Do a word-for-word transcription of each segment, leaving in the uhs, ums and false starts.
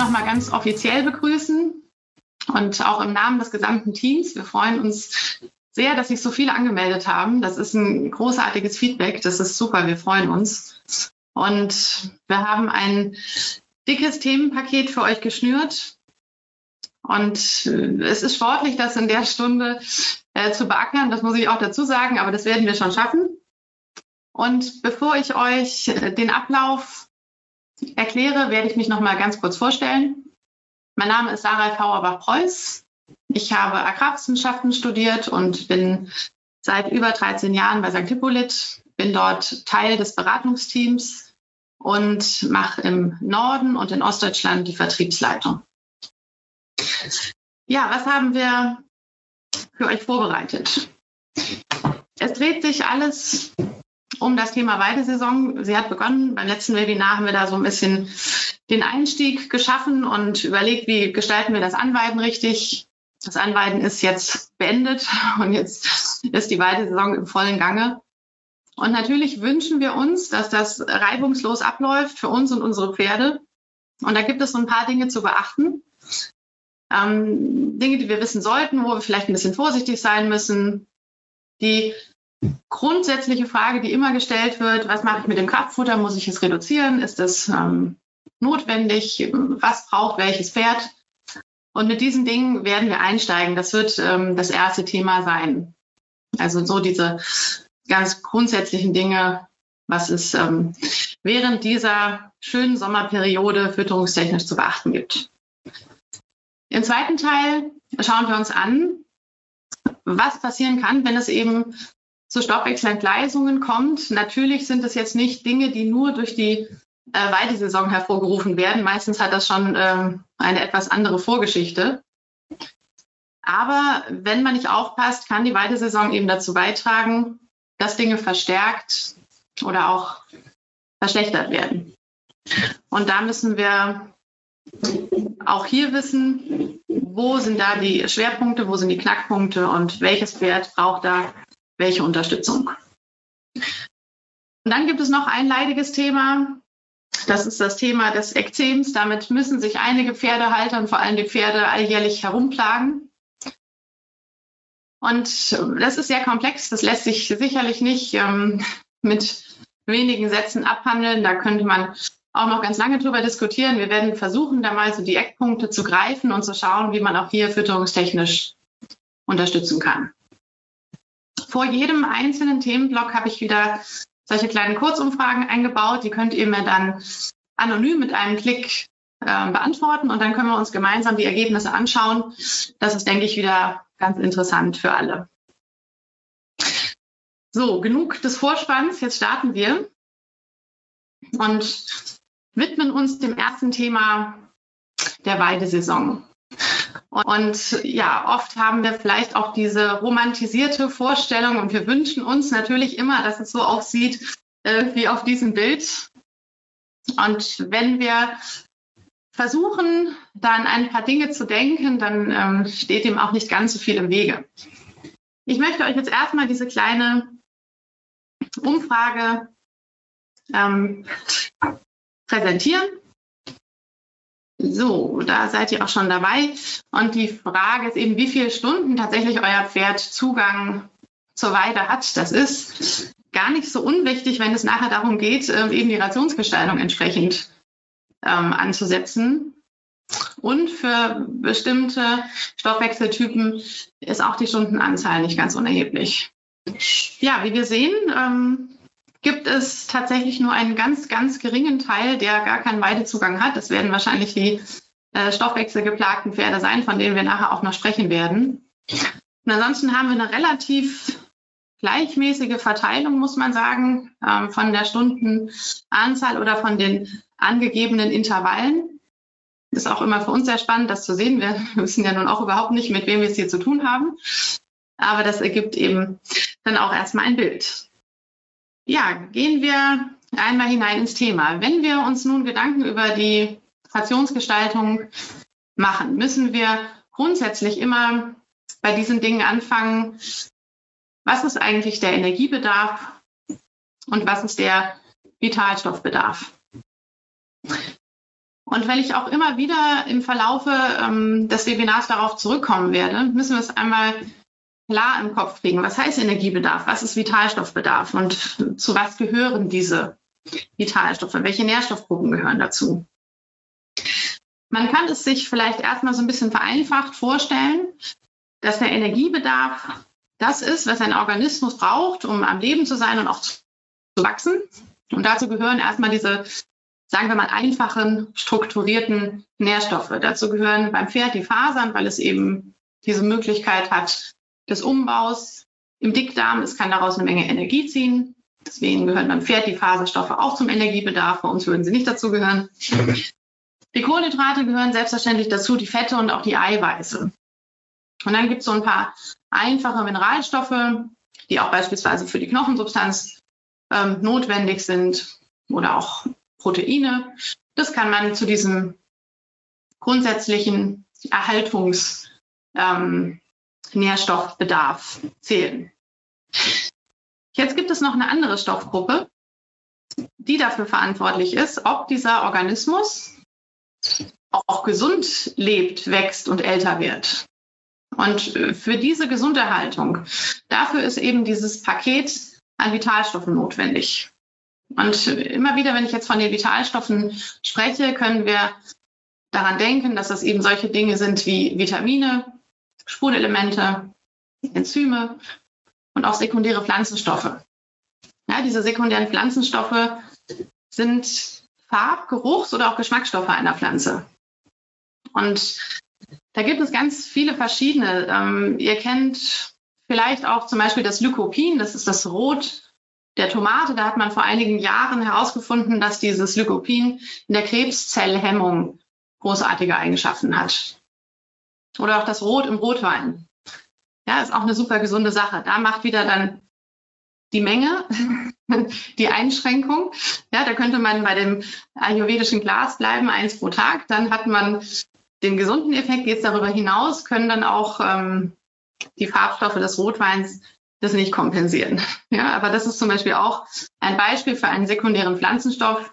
nochmal ganz offiziell begrüßen und auch im Namen des gesamten Teams. Wir freuen uns sehr, dass sich so viele angemeldet haben. Das ist ein großartiges Feedback. Das ist super. Wir freuen uns. Und wir haben ein dickes Themenpaket für euch geschnürt. Und es ist sportlich, das in der Stunde äh, zu beackern. Das muss ich auch dazu sagen, aber das werden wir schon schaffen. Und bevor ich euch den Ablauf erkläre, werde ich mich noch mal ganz kurz vorstellen. Mein Name ist Sarah Fauerbach-Preuß. Ich habe Agrarwissenschaften studiert und bin seit über dreizehn Jahren bei Sankt Hippolyt, bin dort Teil des Beratungsteams und mache im Norden und in Ostdeutschland die Vertriebsleitung. Ja, was haben wir für euch vorbereitet? Es dreht sich alles um das Thema Weidesaison. Sie hat begonnen. Beim letzten Webinar haben wir da so ein bisschen den Einstieg geschaffen und überlegt, wie gestalten wir das Anweiden richtig. Das Anweiden ist jetzt beendet und jetzt ist die Weidesaison im vollen Gange. Und natürlich wünschen wir uns, dass das reibungslos abläuft für uns und unsere Pferde. Und da gibt es so ein paar Dinge zu beachten. Ähm, Dinge, die wir wissen sollten, wo wir vielleicht ein bisschen vorsichtig sein müssen. Die grundsätzliche Frage, die immer gestellt wird: Was mache ich mit dem Kraftfutter? Muss ich es reduzieren? Ist es ähm, notwendig? Was braucht welches Pferd? Und mit diesen Dingen werden wir einsteigen. Das wird ähm, das erste Thema sein. Also so diese ganz grundsätzlichen Dinge, was es ähm, während dieser schönen Sommerperiode fütterungstechnisch zu beachten gibt. Im zweiten Teil schauen wir uns an, was passieren kann, wenn es eben zu Stoffwechselentgleisungen kommt. Natürlich sind es jetzt nicht Dinge, die nur durch die äh, Weidesaison hervorgerufen werden. Meistens hat das schon äh, eine etwas andere Vorgeschichte. Aber wenn man nicht aufpasst, kann die Weidesaison eben dazu beitragen, dass Dinge verstärkt oder auch verschlechtert werden. Und da müssen wir auch hier wissen, wo sind da die Schwerpunkte, wo sind die Knackpunkte und welches Pferd braucht da welche Unterstützung. Und dann gibt es noch ein leidiges Thema. Das ist das Thema des Ekzems. Damit müssen sich einige Pferdehalter und vor allem die Pferde alljährlich herumplagen. Und das ist sehr komplex. Das lässt sich sicherlich nicht ähm, mit wenigen Sätzen abhandeln. Da könnte man auch noch ganz lange drüber diskutieren. Wir werden versuchen, da mal so die Eckpunkte zu greifen und zu schauen, wie man auch hier fütterungstechnisch unterstützen kann. Vor jedem einzelnen Themenblock habe ich wieder solche kleinen Kurzumfragen eingebaut. Die könnt ihr mir dann anonym mit einem Klick äh, beantworten und dann können wir uns gemeinsam die Ergebnisse anschauen. Das ist, denke ich, wieder ganz interessant für alle. So, genug des Vorspanns. Jetzt starten wir und widmen uns dem ersten Thema der Weidesaison. Und ja, oft haben wir vielleicht auch diese romantisierte Vorstellung und wir wünschen uns natürlich immer, dass es so aussieht äh, wie auf diesem Bild. Und wenn wir versuchen, da an ein paar Dinge zu denken, dann ähm, steht dem auch nicht ganz so viel im Wege. Ich möchte euch jetzt erstmal diese kleine Umfrage ähm, präsentieren. So, da seid ihr auch schon dabei. Und die Frage ist eben, wie viele Stunden tatsächlich euer Pferd Zugang zur Weide hat. Das ist gar nicht so unwichtig, wenn es nachher darum geht, eben die Rationsgestaltung entsprechend ähm, anzusetzen. Und für bestimmte Stoffwechseltypen ist auch die Stundenanzahl nicht ganz unerheblich. Ja, wie wir sehen, ähm, gibt es tatsächlich nur einen ganz, ganz geringen Teil, der gar keinen Weidezugang hat. Das werden wahrscheinlich die äh, stoffwechselgeplagten Pferde sein, von denen wir nachher auch noch sprechen werden. Und ansonsten haben wir eine relativ gleichmäßige Verteilung, muss man sagen, ähm, von der Stundenanzahl oder von den angegebenen Intervallen. Ist auch immer für uns sehr spannend, das zu sehen. Wir wissen ja nun auch überhaupt nicht, mit wem wir es hier zu tun haben. Aber das ergibt eben dann auch erstmal ein Bild. Ja, gehen wir einmal hinein ins Thema. Wenn wir uns nun Gedanken über die Rationsgestaltung machen, müssen wir grundsätzlich immer bei diesen Dingen anfangen, was ist eigentlich der Energiebedarf und was ist der Vitalstoffbedarf. Und weil ich auch immer wieder im Verlaufe ähm, des Webinars darauf zurückkommen werde, müssen wir es einmal klar im Kopf kriegen. Was heißt Energiebedarf? Was ist Vitalstoffbedarf? Und zu was gehören diese Vitalstoffe? Welche Nährstoffgruppen gehören dazu? Man kann es sich vielleicht erstmal so ein bisschen vereinfacht vorstellen, dass der Energiebedarf das ist, was ein Organismus braucht, um am Leben zu sein und auch zu wachsen. Und dazu gehören erstmal diese, sagen wir mal, einfachen, strukturierten Nährstoffe. Dazu gehören beim Pferd die Fasern, weil es eben diese Möglichkeit hat des Umbaus im Dickdarm. Es kann daraus eine Menge Energie ziehen. Deswegen gehören beim Pferd die Faserstoffe auch zum Energiebedarf. Bei uns würden sie nicht dazu gehören. Die Kohlenhydrate gehören selbstverständlich dazu, die Fette und auch die Eiweiße. Und dann gibt es so ein paar einfache Mineralstoffe, die auch beispielsweise für die Knochensubstanz ähm, notwendig sind oder auch Proteine. Das kann man zu diesem grundsätzlichen Erhaltungs- ähm, Nährstoffbedarf zählen. Jetzt gibt es noch eine andere Stoffgruppe, die dafür verantwortlich ist, ob dieser Organismus auch gesund lebt, wächst und älter wird. Und für diese Gesunderhaltung, dafür ist eben dieses Paket an Vitalstoffen notwendig. Und immer wieder, wenn ich jetzt von den Vitalstoffen spreche, können wir daran denken, dass das eben solche Dinge sind wie Vitamine, Spurenelemente, Enzyme und auch sekundäre Pflanzenstoffe. Ja, diese sekundären Pflanzenstoffe sind Farb-, Geruchs- oder auch Geschmacksstoffe einer Pflanze. Und da gibt es ganz viele verschiedene. Ähm, ihr kennt vielleicht auch zum Beispiel das Lycopin, das ist das Rot der Tomate. Da hat man vor einigen Jahren herausgefunden, dass dieses Lycopin in der Krebszellhemmung großartige Eigenschaften hat. Oder auch das Rot im Rotwein. Ja, ist auch eine super gesunde Sache. Da macht wieder dann die Menge, die Einschränkung. Ja, da könnte man bei dem ayurvedischen Glas bleiben, eins pro Tag. Dann hat man den gesunden Effekt. Jetzt darüber hinaus können dann auch ähm, die Farbstoffe des Rotweins das nicht kompensieren. Ja, aber das ist zum Beispiel auch ein Beispiel für einen sekundären Pflanzenstoff,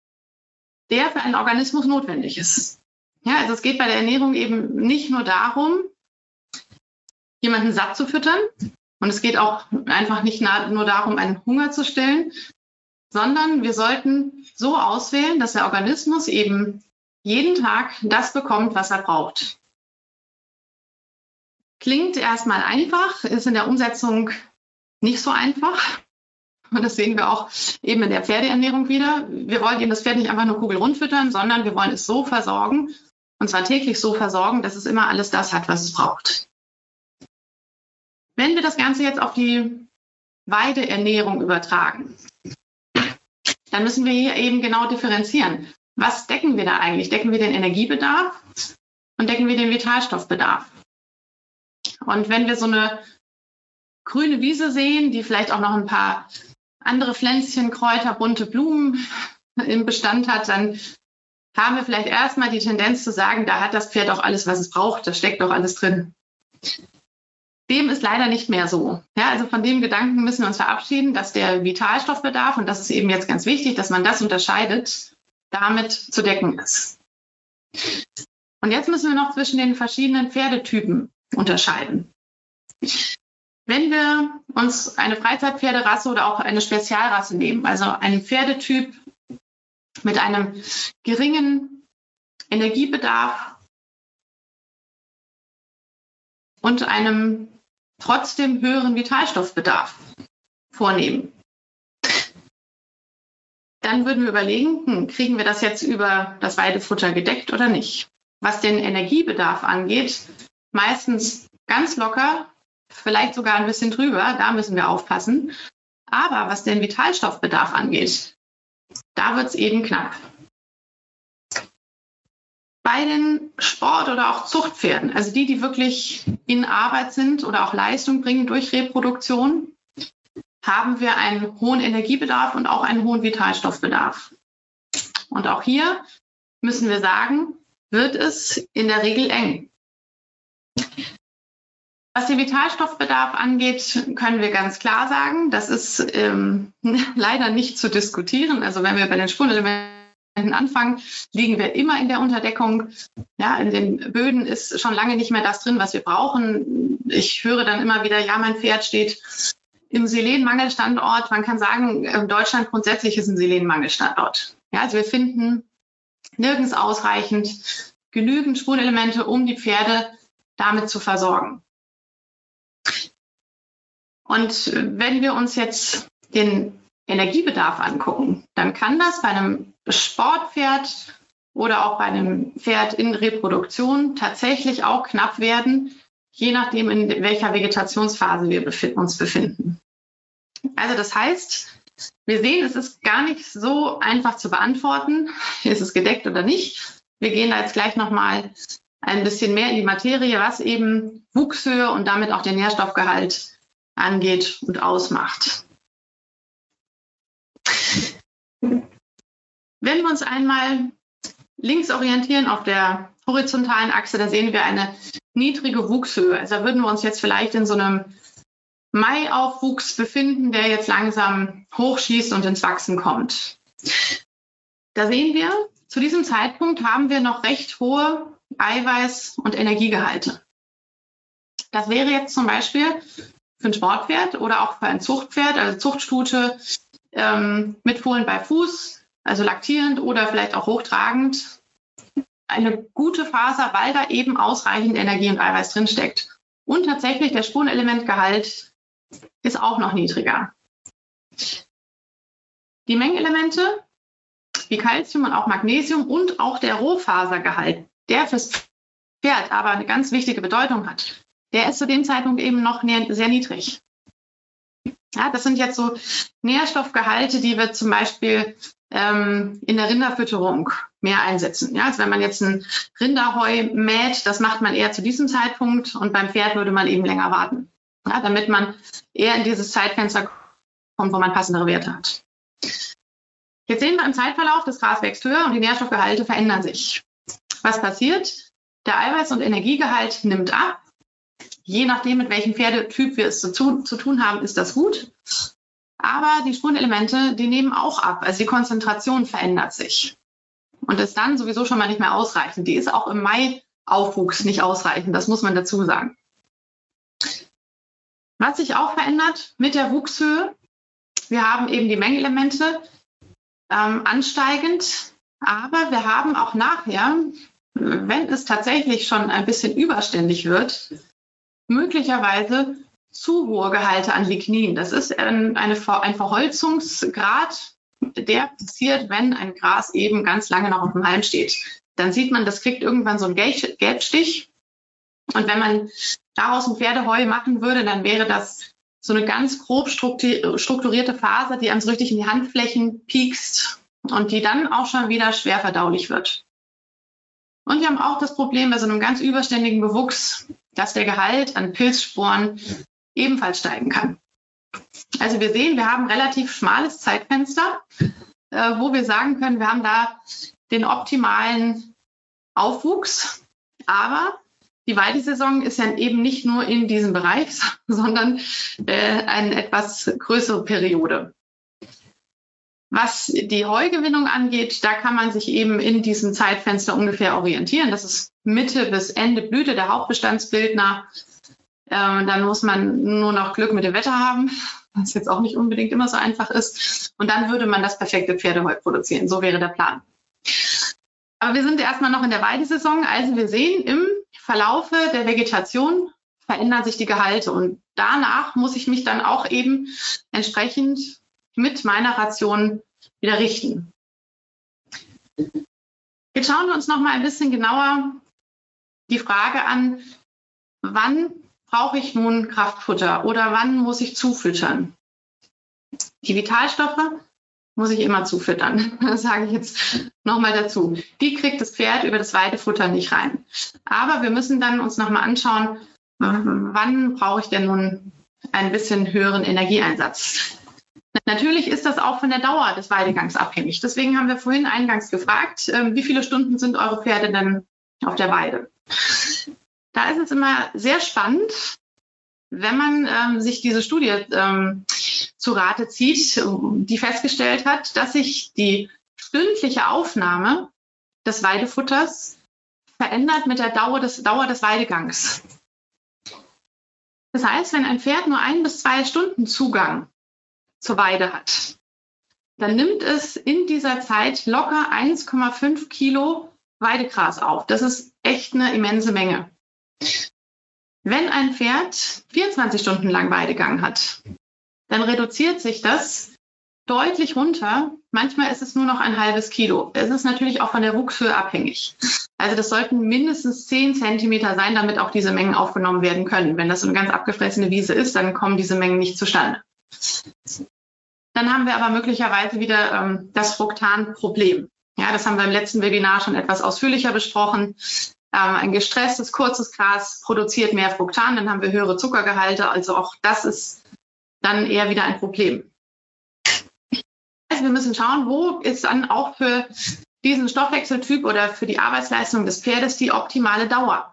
der für einen Organismus notwendig ist. Ja, also es geht bei der Ernährung eben nicht nur darum, jemanden satt zu füttern. Und es geht auch einfach nicht nur darum, einen Hunger zu stillen, sondern wir sollten so auswählen, dass der Organismus eben jeden Tag das bekommt, was er braucht. Klingt erstmal einfach, ist in der Umsetzung nicht so einfach. Und das sehen wir auch eben in der Pferdeernährung wieder. Wir wollen eben das Pferd nicht einfach nur kugelrund füttern, sondern wir wollen es so versorgen, und zwar täglich so versorgen, dass es immer alles das hat, was es braucht. Wenn wir das Ganze jetzt auf die Weideernährung übertragen, dann müssen wir hier eben genau differenzieren. Was decken wir da eigentlich? Decken wir den Energiebedarf und decken wir den Vitalstoffbedarf? Und wenn wir so eine grüne Wiese sehen, die vielleicht auch noch ein paar andere Pflänzchen, Kräuter, bunte Blumen im Bestand hat, dann haben wir vielleicht erstmal die Tendenz zu sagen, da hat das Pferd auch alles, was es braucht, da steckt doch alles drin. Dem ist leider nicht mehr so. Ja, also von dem Gedanken müssen wir uns verabschieden, dass der Vitalstoffbedarf, und das ist eben jetzt ganz wichtig, dass man das unterscheidet, damit zu decken ist. Und jetzt müssen wir noch zwischen den verschiedenen Pferdetypen unterscheiden. Wenn wir uns eine Freizeitpferderasse oder auch eine Spezialrasse nehmen, also einen Pferdetyp mit einem geringen Energiebedarf und einem trotzdem höheren Vitalstoffbedarf vornehmen, dann würden wir überlegen, hm, kriegen wir das jetzt über das Weidefutter gedeckt oder nicht? Was den Energiebedarf angeht, meistens ganz locker, vielleicht sogar ein bisschen drüber, da müssen wir aufpassen. Aber was den Vitalstoffbedarf angeht, da wird es eben knapp. Bei den Sport- oder auch Zuchtpferden, also die, die wirklich in Arbeit sind oder auch Leistung bringen durch Reproduktion, haben wir einen hohen Energiebedarf und auch einen hohen Vitalstoffbedarf. Und auch hier müssen wir sagen, wird es in der Regel eng. Was den Vitalstoffbedarf angeht, können wir ganz klar sagen, das ist ähm, leider nicht zu diskutieren. Also wenn wir bei den Spurenelementen anfangen, liegen wir immer in der Unterdeckung. Ja, in den Böden ist schon lange nicht mehr das drin, was wir brauchen. Ich höre dann immer wieder, ja, mein Pferd steht im Selenmangelstandort. Man kann sagen, Deutschland grundsätzlich ist ein Selenmangelstandort. Ja, also wir finden nirgends ausreichend genügend Spurenelemente, um die Pferde damit zu versorgen. Und wenn wir uns jetzt den Energiebedarf angucken, dann kann das bei einem Sportpferd oder auch bei einem Pferd in Reproduktion tatsächlich auch knapp werden, je nachdem, in welcher Vegetationsphase wir uns befinden. Also das heißt, wir sehen, es ist gar nicht so einfach zu beantworten, ist es gedeckt oder nicht. Wir gehen da jetzt gleich nochmal ein bisschen mehr in die Materie, was eben Wuchshöhe und damit auch den Nährstoffgehalt angeht und ausmacht. Wenn wir uns einmal links orientieren auf der horizontalen Achse, da sehen wir eine niedrige Wuchshöhe. Also da würden wir uns jetzt vielleicht in so einem Maiaufwuchs befinden, der jetzt langsam hochschießt und ins Wachsen kommt. Da sehen wir, zu diesem Zeitpunkt haben wir noch recht hohe Eiweiß- und Energiegehalte. Das wäre jetzt zum Beispiel für ein Sportpferd oder auch für ein Zuchtpferd, also Zuchtstute ähm, mit Fohlen bei Fuß, also laktierend oder vielleicht auch hochtragend, eine gute Faser, weil da eben ausreichend Energie und Eiweiß drinsteckt. Und tatsächlich der Spurenelementgehalt ist auch noch niedriger. Die Mengenelemente wie Calcium und auch Magnesium und auch der Rohfasergehalt, der fürs Pferd aber eine ganz wichtige Bedeutung hat, der ist zu dem Zeitpunkt eben noch sehr niedrig. Ja, das sind jetzt so Nährstoffgehalte, die wir zum Beispiel ähm, in der Rinderfütterung mehr einsetzen. Ja, also wenn man jetzt ein Rinderheu mäht, das macht man eher zu diesem Zeitpunkt und beim Pferd würde man eben länger warten, ja, damit man eher in dieses Zeitfenster kommt, wo man passendere Werte hat. Jetzt sehen wir im Zeitverlauf, das Gras wächst höher und die Nährstoffgehalte verändern sich. Was passiert? Der Eiweiß- und Energiegehalt nimmt ab. Je nachdem, mit welchem Pferdetyp wir es zu, zu tun haben, ist das gut. Aber die Spurenelemente, die nehmen auch ab. Also die Konzentration verändert sich. Und ist dann sowieso schon mal nicht mehr ausreichend. Die ist auch im Mai-Aufwuchs nicht ausreichend. Das muss man dazu sagen. Was sich auch verändert mit der Wuchshöhe, wir haben eben die Mengenelemente ähm, ansteigend. Aber wir haben auch nachher, wenn es tatsächlich schon ein bisschen überständig wird, möglicherweise zu hohe Gehalte an Lignin. Das ist ein, eine, ein Verholzungsgrad, der passiert, wenn ein Gras eben ganz lange noch auf dem Halm steht. Dann sieht man, das kriegt irgendwann so einen Gelbstich. Und wenn man daraus ein Pferdeheu machen würde, dann wäre das so eine ganz grob strukturierte Faser, die einem so richtig in die Handflächen piekst und die dann auch schon wieder schwer verdaulich wird. Und wir haben auch das Problem bei so einem ganz überständigen Bewuchs, dass der Gehalt an Pilzsporen ebenfalls steigen kann. Also wir sehen, wir haben ein relativ schmales Zeitfenster, äh, wo wir sagen können, wir haben da den optimalen Aufwuchs, aber die Weidesaison ist ja eben nicht nur in diesem Bereich, sondern äh, eine etwas größere Periode. Was die Heugewinnung angeht, da kann man sich eben in diesem Zeitfenster ungefähr orientieren. Das ist Mitte bis Ende Blüte der Hauptbestandsbildner. Ähm, dann muss man nur noch Glück mit dem Wetter haben, was jetzt auch nicht unbedingt immer so einfach ist. Und dann würde man das perfekte Pferdeheu produzieren. So wäre der Plan. Aber wir sind erstmal noch in der Weidesaison. Also wir sehen, im Verlaufe der Vegetation verändern sich die Gehalte. Und danach muss ich mich dann auch eben entsprechend mit meiner Ration wieder richten. Jetzt schauen wir uns noch mal ein bisschen genauer die Frage an, wann brauche ich nun Kraftfutter oder wann muss ich zufüttern? Die Vitalstoffe muss ich immer zufüttern. Das sage ich jetzt nochmal dazu. Die kriegt das Pferd über das Weidefutter nicht rein. Aber wir müssen dann uns nochmal anschauen, wann brauche ich denn nun ein bisschen höheren Energieeinsatz? Natürlich ist das auch von der Dauer des Weidegangs abhängig. Deswegen haben wir vorhin eingangs gefragt, wie viele Stunden sind eure Pferde denn auf der Weide? Da ist es immer sehr spannend, wenn man ähm, sich diese Studie ähm, zu Rate zieht, die festgestellt hat, dass sich die stündliche Aufnahme des Weidefutters verändert mit der Dauer des, Dauer des Weidegangs. Das heißt, wenn ein Pferd nur ein bis zwei Stunden Zugang zur Weide hat, dann nimmt es in dieser Zeit locker eins Komma fünf Kilo Weidegras auf. Das ist echt eine immense Menge. Wenn ein Pferd vierundzwanzig Stunden lang Weidegang hat, dann reduziert sich das deutlich runter. Manchmal ist es nur noch ein halbes Kilo. Es ist natürlich auch von der Wuchshöhe abhängig. Also das sollten mindestens zehn Zentimeter sein, damit auch diese Mengen aufgenommen werden können. Wenn das so eine ganz abgefressene Wiese ist, dann kommen diese Mengen nicht zustande. Dann haben wir aber möglicherweise wieder ähm, das Fructan-Problem. Ja, das haben wir im letzten Webinar schon etwas ausführlicher besprochen. Ähm, ein gestresstes, kurzes Gras produziert mehr Fructan, dann haben wir höhere Zuckergehalte. Also auch das ist dann eher wieder ein Problem. Also wir müssen schauen, wo ist dann auch für diesen Stoffwechseltyp oder für die Arbeitsleistung des Pferdes die optimale Dauer.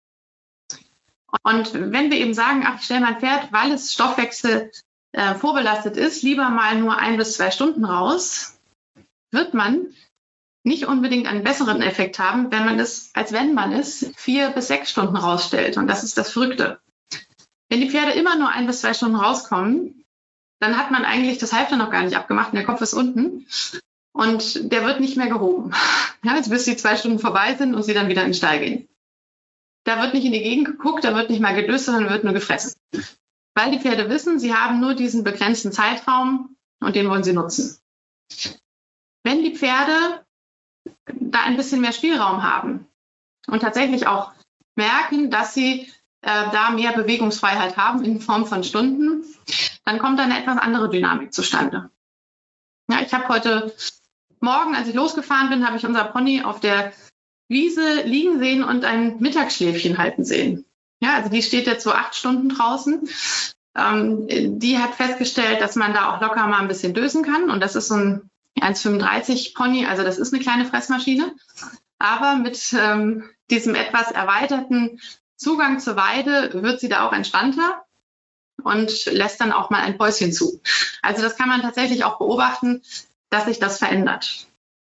Und wenn wir eben sagen, ach, ich stelle mein Pferd, weil es Stoffwechsel äh, vorbelastet ist, lieber mal nur ein bis zwei Stunden raus, wird man nicht unbedingt einen besseren Effekt haben, wenn man es, als wenn man es vier bis sechs Stunden rausstellt. Und das ist das Verrückte. Wenn die Pferde immer nur ein bis zwei Stunden rauskommen, dann hat man eigentlich das Halfter noch gar nicht abgemacht und der Kopf ist unten und der wird nicht mehr gehoben. Ja, jetzt bis die zwei Stunden vorbei sind und sie dann wieder in den Stall gehen. Da wird nicht in die Gegend geguckt, da wird nicht mal gedöst, sondern wird nur gefressen. Weil die Pferde wissen, sie haben nur diesen begrenzten Zeitraum und den wollen sie nutzen. Wenn die Pferde da ein bisschen mehr Spielraum haben und tatsächlich auch merken, dass sie äh, da mehr Bewegungsfreiheit haben in Form von Stunden, dann kommt da eine etwas andere Dynamik zustande. Ja, ich habe heute Morgen, als ich losgefahren bin, habe ich unser Pony auf der Wiese liegen sehen und ein Mittagsschläfchen halten sehen. Ja, also die steht jetzt so acht Stunden draußen. Ähm, die hat festgestellt, dass man da auch locker mal ein bisschen dösen kann. Und das ist so ein eins Komma fünfunddreißig Pony, also das ist eine kleine Fressmaschine. Aber mit ähm, diesem etwas erweiterten Zugang zur Weide wird sie da auch entspannter und lässt dann auch mal ein Päuschen zu. Also das kann man tatsächlich auch beobachten, dass sich das verändert.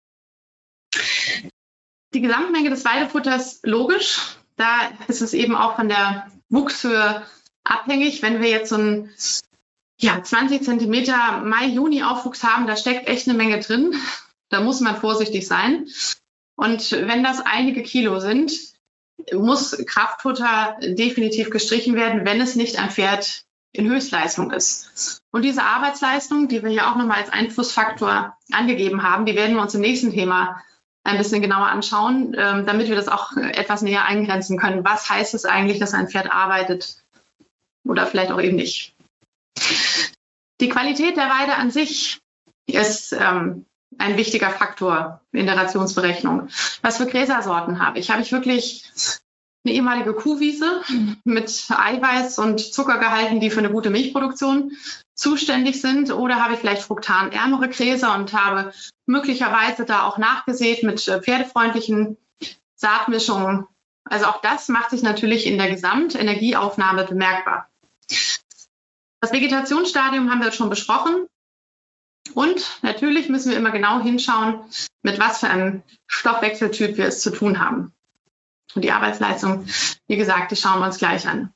Die Gesamtmenge des Weidefutters, logisch, da ist es eben auch von der Wuchshöhe abhängig. Wenn wir jetzt so einen ja, zwanzig Zentimeter Mai-Juni-Aufwuchs haben, da steckt echt eine Menge drin. Da muss man vorsichtig sein. Und wenn das einige Kilo sind, muss Kraftfutter definitiv gestrichen werden, wenn es nicht ein Pferd in Höchstleistung ist. Und diese Arbeitsleistung, die wir hier auch nochmal als Einflussfaktor angegeben haben, die werden wir uns im nächsten Thema ein bisschen genauer anschauen, ähm, damit wir das auch etwas näher eingrenzen können. Was heißt es eigentlich, dass ein Pferd arbeitet oder vielleicht auch eben nicht? Die Qualität der Weide an sich ist ähm, ein wichtiger Faktor in der Rationsberechnung. Was für Gräsersorten habe ich? Habe ich wirklich eine ehemalige Kuhwiese mit Eiweiß und Zuckergehalten, die für eine gute Milchproduktion zuständig sind? Oder habe ich vielleicht fruktanärmere Gräser und habe möglicherweise da auch nachgesät mit pferdefreundlichen Saatmischungen? Also auch das macht sich natürlich in der Gesamtenergieaufnahme bemerkbar. Das Vegetationsstadium haben wir schon besprochen. Und natürlich müssen wir immer genau hinschauen, mit was für einem Stoffwechseltyp wir es zu tun haben. Und die Arbeitsleistung, wie gesagt, die schauen wir uns gleich an.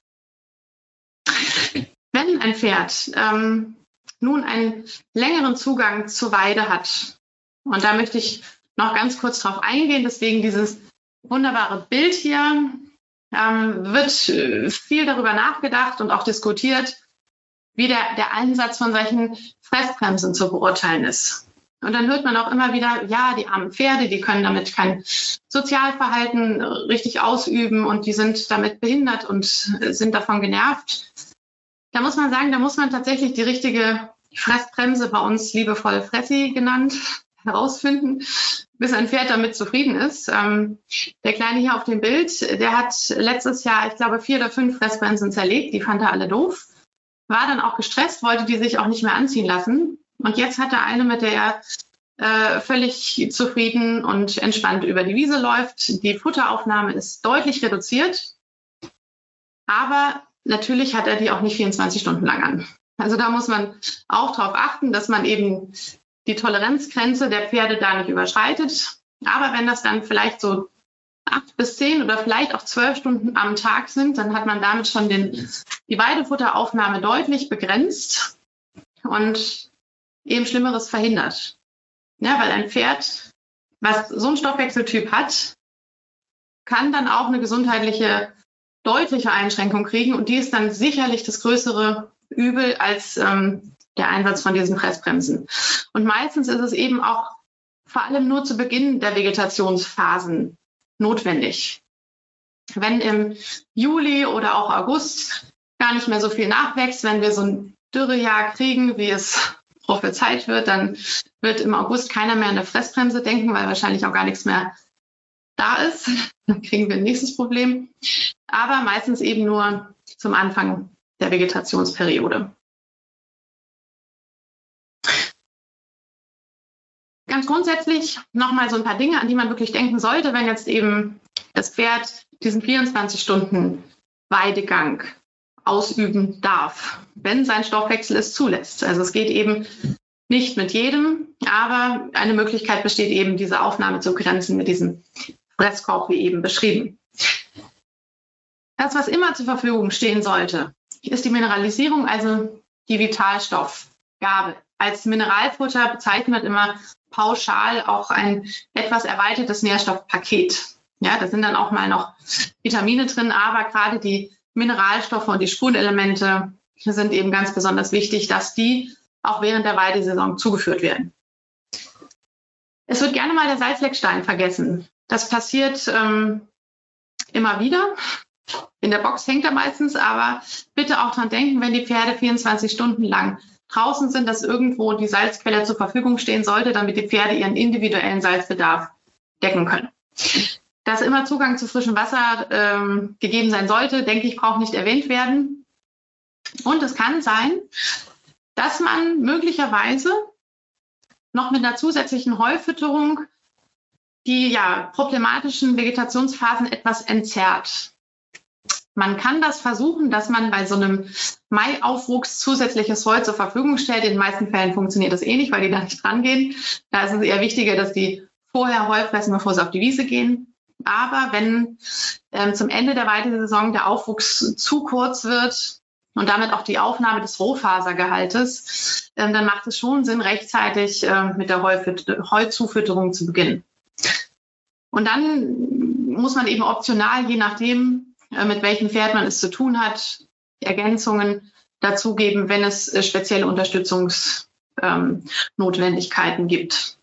Wenn ein Pferd ähm, nun einen längeren Zugang zur Weide hat, und da möchte ich noch ganz kurz drauf eingehen, deswegen dieses wunderbare Bild hier, ähm, wird viel darüber nachgedacht und auch diskutiert, wie der, der Einsatz von solchen Fressbremsen zu beurteilen ist. Und dann hört man auch immer wieder, ja, die armen Pferde, die können damit kein Sozialverhalten richtig ausüben und die sind damit behindert und sind davon genervt. Da muss man sagen, da muss man tatsächlich die richtige Fressbremse, bei uns liebevoll Fressi genannt, herausfinden, bis ein Pferd damit zufrieden ist. Ähm, der Kleine hier auf dem Bild, der hat letztes Jahr, ich glaube, vier oder fünf Fressbremsen zerlegt, die fand er alle doof. War dann auch gestresst, wollte die sich auch nicht mehr anziehen lassen. Und jetzt hat er eine, mit der er äh, völlig zufrieden und entspannt über die Wiese läuft. Die Futteraufnahme ist deutlich reduziert, aber natürlich hat er die auch nicht vierundzwanzig Stunden lang an. Also da muss man auch darauf achten, dass man eben die Toleranzgrenze der Pferde da nicht überschreitet. Aber wenn das dann vielleicht so acht bis zehn oder vielleicht auch zwölf Stunden am Tag sind, dann hat man damit schon den, die Weidefutteraufnahme deutlich begrenzt und eben Schlimmeres verhindert. Ja, weil ein Pferd, was so einen Stoffwechseltyp hat, kann dann auch eine gesundheitliche, deutliche Einschränkung kriegen. Und die ist dann sicherlich das größere Übel als ähm, der Einsatz von diesen Pressbremsen. Und meistens ist es eben auch vor allem nur zu Beginn der Vegetationsphasen notwendig. Wenn im Juli oder auch August gar nicht mehr so viel nachwächst, wenn wir so ein Dürrejahr kriegen, wie es prophezeit wird, dann wird im August keiner mehr an eine Fressbremse denken, weil wahrscheinlich auch gar nichts mehr da ist. Dann kriegen wir ein nächstes Problem. Aber meistens eben nur zum Anfang der Vegetationsperiode. Ganz grundsätzlich nochmal so ein paar Dinge, an die man wirklich denken sollte, wenn jetzt eben das Pferd diesen vierundzwanzig Stunden Weidegang ausüben darf, wenn sein Stoffwechsel es zulässt. Also es geht eben nicht mit jedem, aber eine Möglichkeit besteht eben, diese Aufnahme zu grenzen mit diesem Fresskorb, wie eben beschrieben. Das, was immer zur Verfügung stehen sollte, ist die Mineralisierung, also die Vitalstoffgabe. Als Mineralfutter bezeichnet man immer pauschal auch ein etwas erweitertes Nährstoffpaket. Ja, da sind dann auch mal noch Vitamine drin, aber gerade die Mineralstoffe und die Spurenelemente sind eben ganz besonders wichtig, dass die auch während der Weidesaison zugeführt werden. Es wird gerne mal der Salzleckstein vergessen. Das passiert ähm, immer wieder. In der Box hängt er meistens, aber bitte auch dran denken, wenn die Pferde vierundzwanzig Stunden lang draußen sind, dass irgendwo die Salzquelle zur Verfügung stehen sollte, damit die Pferde ihren individuellen Salzbedarf decken können. Dass immer Zugang zu frischem Wasser ähm, gegeben sein sollte, denke ich, braucht nicht erwähnt werden. Und es kann sein, dass man möglicherweise noch mit einer zusätzlichen Heufütterung die ja, problematischen Vegetationsphasen etwas entzerrt. Man kann das versuchen, dass man bei so einem Maiaufwuchs zusätzliches Heu zur Verfügung stellt. In den meisten Fällen funktioniert das eh nicht, weil die da nicht dran gehen. Da ist es eher wichtiger, dass die vorher Heu fressen, bevor sie auf die Wiese gehen. Aber wenn ähm, zum Ende der Weidesaison der Aufwuchs zu kurz wird und damit auch die Aufnahme des Rohfasergehaltes, ähm, dann macht es schon Sinn, rechtzeitig äh, mit der Heuzufütterung zu beginnen. Und dann muss man eben optional, je nachdem, äh, mit welchem Pferd man es zu tun hat, Ergänzungen dazugeben, wenn es äh, spezielle Unterstützungsnotwendigkeiten ähm, gibt.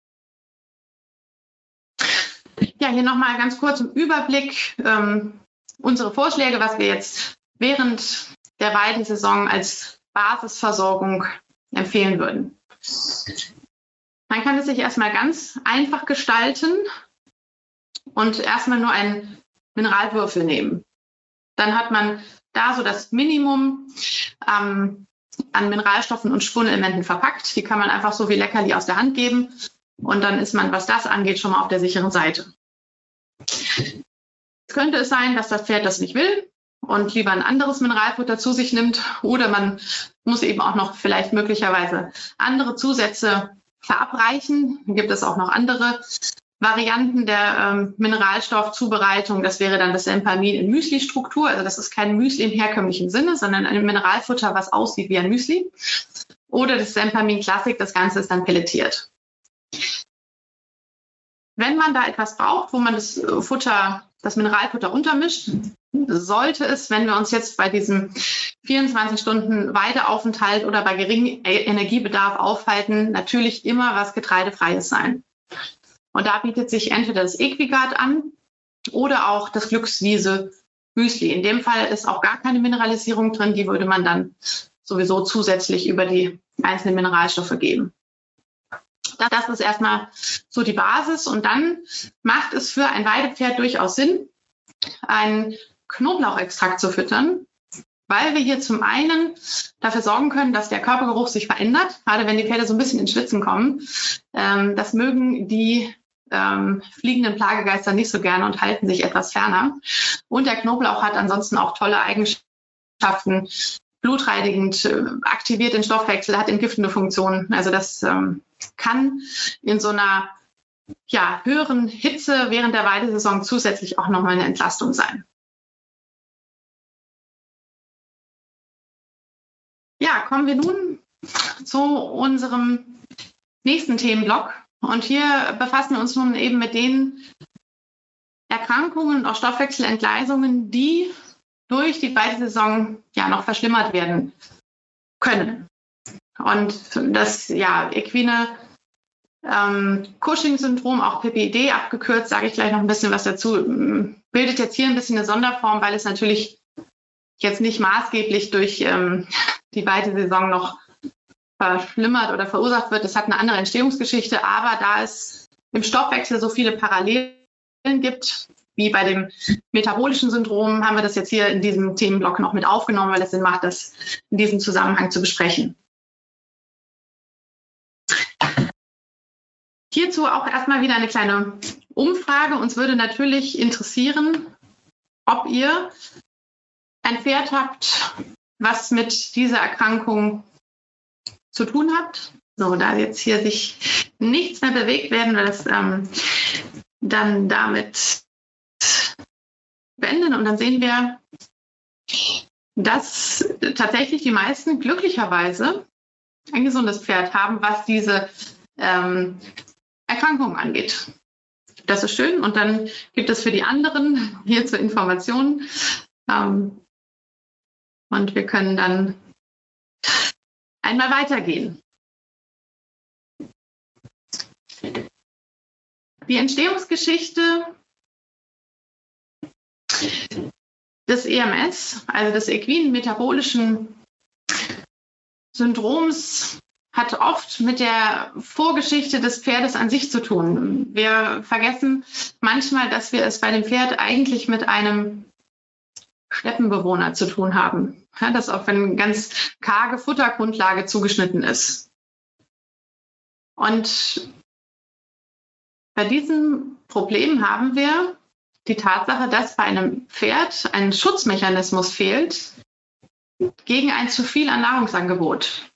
Ja, hier nochmal ganz kurz im Überblick ähm, unsere Vorschläge, was wir jetzt während der Weidesaison als Basisversorgung empfehlen würden. Man kann es sich erstmal ganz einfach gestalten und erstmal nur einen Mineralwürfel nehmen. Dann hat man da so das Minimum ähm, an Mineralstoffen und Spurenelementen verpackt. Die kann man einfach so wie Leckerli aus der Hand geben. Und dann ist man, was das angeht, schon mal auf der sicheren Seite. Jetzt könnte es sein, dass das Pferd das nicht will und lieber ein anderes Mineralfutter zu sich nimmt. Oder man muss eben auch noch vielleicht möglicherweise andere Zusätze verabreichen. Dann gibt es auch noch andere Varianten der ähm, Mineralstoffzubereitung. Das wäre dann das Sempamin in Müsli-Struktur. Also das ist kein Müsli im herkömmlichen Sinne, sondern ein Mineralfutter, was aussieht wie ein Müsli. Oder das Sempamin Classic, das Ganze ist dann pelletiert. Wenn man da etwas braucht, wo man das Futter, das Mineralfutter untermischt, sollte es, wenn wir uns jetzt bei diesem vierundzwanzig Stunden Weideaufenthalt oder bei geringem Energiebedarf aufhalten, natürlich immer was Getreidefreies sein. Und da bietet sich entweder das Equigard an oder auch das Glückswiese Müsli. In dem Fall ist auch gar keine Mineralisierung drin, die würde man dann sowieso zusätzlich über die einzelnen Mineralstoffe geben. Das ist erstmal so die Basis und dann macht es für ein Weidepferd durchaus Sinn, einen Knoblauchextrakt zu füttern, weil wir hier zum einen dafür sorgen können, dass der Körpergeruch sich verändert, gerade wenn die Pferde so ein bisschen ins Schwitzen kommen. Ähm, das mögen die ähm, fliegenden Plagegeister nicht so gerne und halten sich etwas ferner. Und der Knoblauch hat ansonsten auch tolle Eigenschaften, blutreinigend, aktiviert den Stoffwechsel, hat entgiftende Funktionen. Also das ähm, kann in so einer ja, höheren Hitze während der Weidesaison zusätzlich auch nochmal eine Entlastung sein. Ja, kommen wir nun zu unserem nächsten Themenblock. Und hier befassen wir uns nun eben mit den Erkrankungen und auch Stoffwechselentgleisungen, die durch die Weidesaison ja noch verschlimmert werden können. Und das ja, equine ähm, Cushing-Syndrom, auch P P I D abgekürzt, sage ich gleich noch ein bisschen was dazu, bildet jetzt hier ein bisschen eine Sonderform, weil es natürlich jetzt nicht maßgeblich durch ähm, die Weidesaison noch verschlimmert oder verursacht wird. Das hat eine andere Entstehungsgeschichte, aber da es im Stoffwechsel so viele Parallelen gibt, wie bei dem metabolischen Syndrom, haben wir das jetzt hier in diesem Themenblock noch mit aufgenommen, weil es Sinn macht, das in diesem Zusammenhang zu besprechen. Hierzu auch erstmal wieder eine kleine Umfrage. Uns würde natürlich interessieren, ob ihr ein Pferd habt, was mit dieser Erkrankung zu tun habt. So, da jetzt hier sich nichts mehr bewegt, werden wir das ähm, dann damit beenden. Und dann sehen wir, dass tatsächlich die meisten glücklicherweise ein gesundes Pferd haben, was diese ähm, Erkrankung angeht. Das ist schön. Und dann gibt es für die anderen hier zur Information. Ähm, und wir können dann einmal weitergehen. Die Entstehungsgeschichte des E M S, also des equinen metabolischen Syndroms, hat oft mit der Vorgeschichte des Pferdes an sich zu tun. Wir vergessen manchmal, dass wir es bei dem Pferd eigentlich mit einem Steppenbewohner zu tun haben, ja, das auf eine ganz karge Futtergrundlage zugeschnitten ist. Und bei diesem Problem haben wir die Tatsache, dass bei einem Pferd ein Schutzmechanismus fehlt gegen ein zu viel an Nahrungsangebot,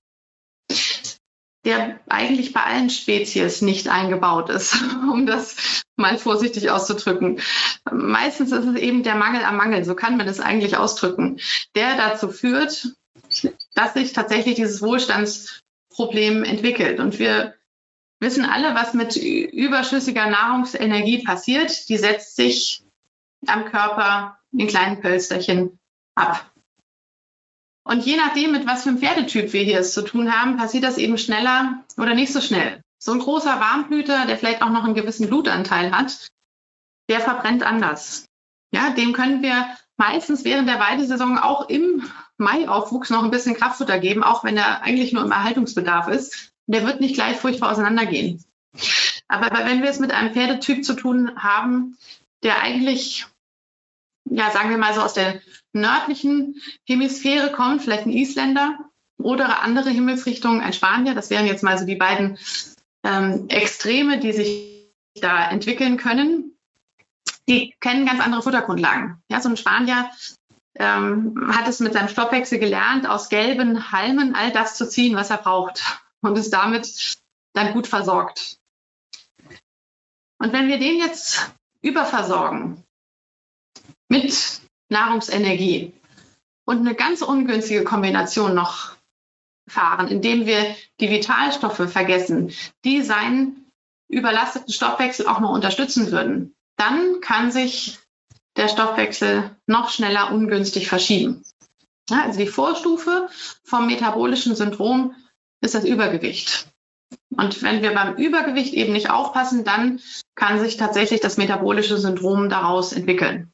der eigentlich bei allen Spezies nicht eingebaut ist, um das mal vorsichtig auszudrücken. Meistens ist es eben der Mangel am Mangel, so kann man das eigentlich ausdrücken, der dazu führt, dass sich tatsächlich dieses Wohlstandsproblem entwickelt. Und wir wissen alle, was mit überschüssiger Nahrungsenergie passiert. Die setzt sich am Körper in kleinen Pölsterchen ab. Und je nachdem, mit was für einem Pferdetyp wir hier es zu tun haben, passiert das eben schneller oder nicht so schnell. So ein großer Warmblüter, der vielleicht auch noch einen gewissen Blutanteil hat, der verbrennt anders. Ja, dem können wir meistens während der Weidesaison auch im Maiaufwuchs noch ein bisschen Kraftfutter geben, auch wenn er eigentlich nur im Erhaltungsbedarf ist. Der wird nicht gleich furchtbar auseinandergehen. Aber wenn wir es mit einem Pferdetyp zu tun haben, der eigentlich, ja, sagen wir mal so aus der nördlichen Hemisphäre kommt, vielleicht ein Isländer oder andere Himmelsrichtungen, ein Spanier, das wären jetzt mal so die beiden ähm, Extreme, die sich da entwickeln können, die kennen ganz andere Futtergrundlagen. Ja, so ein Spanier ähm, hat es mit seinem Stoffwechsel gelernt, aus gelben Halmen all das zu ziehen, was er braucht, und ist damit dann gut versorgt. Und wenn wir den jetzt überversorgen mit Nahrungsenergie und eine ganz ungünstige Kombination noch fahren, indem wir die Vitalstoffe vergessen, die seinen überlasteten Stoffwechsel auch noch unterstützen würden, dann kann sich der Stoffwechsel noch schneller ungünstig verschieben. Ja, also die Vorstufe vom metabolischen Syndrom ist das Übergewicht. Und wenn wir beim Übergewicht eben nicht aufpassen, dann kann sich tatsächlich das metabolische Syndrom daraus entwickeln.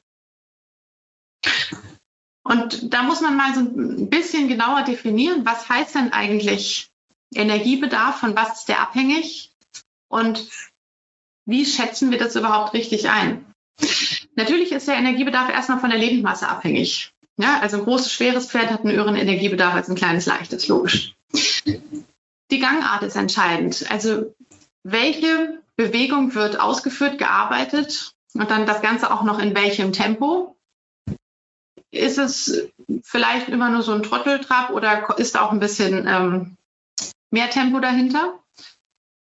Und da muss man mal so ein bisschen genauer definieren, was heißt denn eigentlich Energiebedarf, von was ist der abhängig und wie schätzen wir das überhaupt richtig ein? Natürlich ist der Energiebedarf erstmal von der Lebendmasse abhängig. Ja, also ein großes, schweres Pferd hat einen höheren Energiebedarf als ein kleines, leichtes, logisch. Die Gangart ist entscheidend. Also welche Bewegung wird ausgeführt, gearbeitet und dann das Ganze auch noch in welchem Tempo? Ist es vielleicht immer nur so ein Trotteltrab oder ist da auch ein bisschen ähm, mehr Tempo dahinter?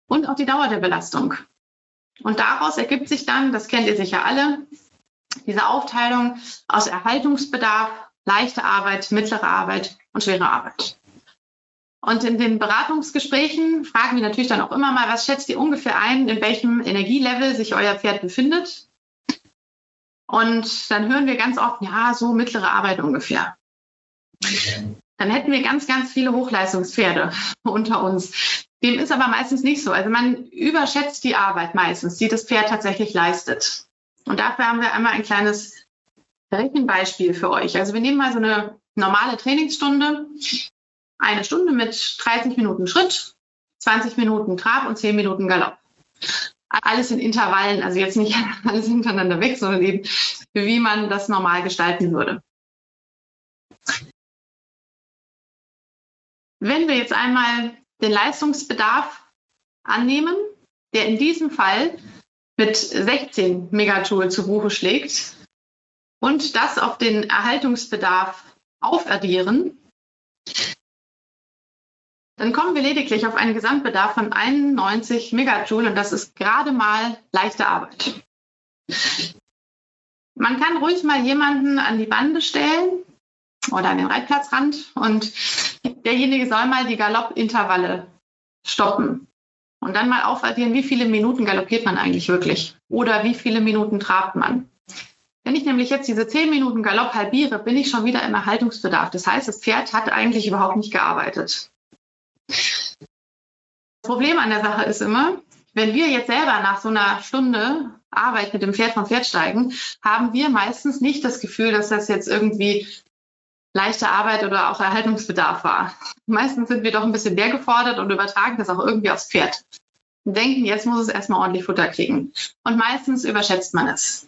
und auch die Dauer der Belastung. Und daraus ergibt sich dann, das kennt ihr sicher alle, diese Aufteilung aus Erhaltungsbedarf, leichte Arbeit, mittlere Arbeit und schwere Arbeit. Und in den Beratungsgesprächen fragen wir natürlich dann auch immer mal, was schätzt ihr ungefähr ein, in welchem Energielevel sich euer Pferd befindet? Und dann hören wir ganz oft, ja, so mittlere Arbeit ungefähr. Dann hätten wir ganz, ganz viele Hochleistungspferde unter uns. Dem ist aber meistens nicht so. Also man überschätzt die Arbeit meistens, die das Pferd tatsächlich leistet. Und dafür haben wir einmal ein kleines Rechenbeispiel für euch. Also wir nehmen mal so eine normale Trainingsstunde, eine Stunde mit dreißig Minuten Schritt, zwanzig Minuten Trab und zehn Minuten Galopp. Alles in Intervallen, also jetzt nicht alles hintereinander weg, sondern eben wie man das normal gestalten würde. Wenn wir jetzt einmal den Leistungsbedarf annehmen, der in diesem Fall mit sechzehn Megajoule zu Buche schlägt und das auf den Erhaltungsbedarf aufaddieren, dann kommen wir lediglich auf einen Gesamtbedarf von einundneunzig Megajoule und das ist gerade mal leichte Arbeit. Man kann ruhig mal jemanden an die Bande stellen oder an den Reitplatzrand und derjenige soll mal die Galoppintervalle stoppen und dann mal aufaddieren, wie viele Minuten galoppiert man eigentlich wirklich oder wie viele Minuten trabt man. Wenn ich nämlich jetzt diese zehn Minuten Galopp halbiere, bin ich schon wieder im Erhaltungsbedarf. Das heißt, das Pferd hat eigentlich überhaupt nicht gearbeitet. Das Problem an der Sache ist immer, wenn wir jetzt selber nach so einer Stunde Arbeit mit dem Pferd vom Pferd steigen, haben wir meistens nicht das Gefühl, dass das jetzt irgendwie leichte Arbeit oder auch Erhaltungsbedarf war. Meistens sind wir doch ein bisschen mehr gefordert und übertragen das auch irgendwie aufs Pferd. Und denken, jetzt muss es erstmal ordentlich Futter kriegen. Und meistens überschätzt man es.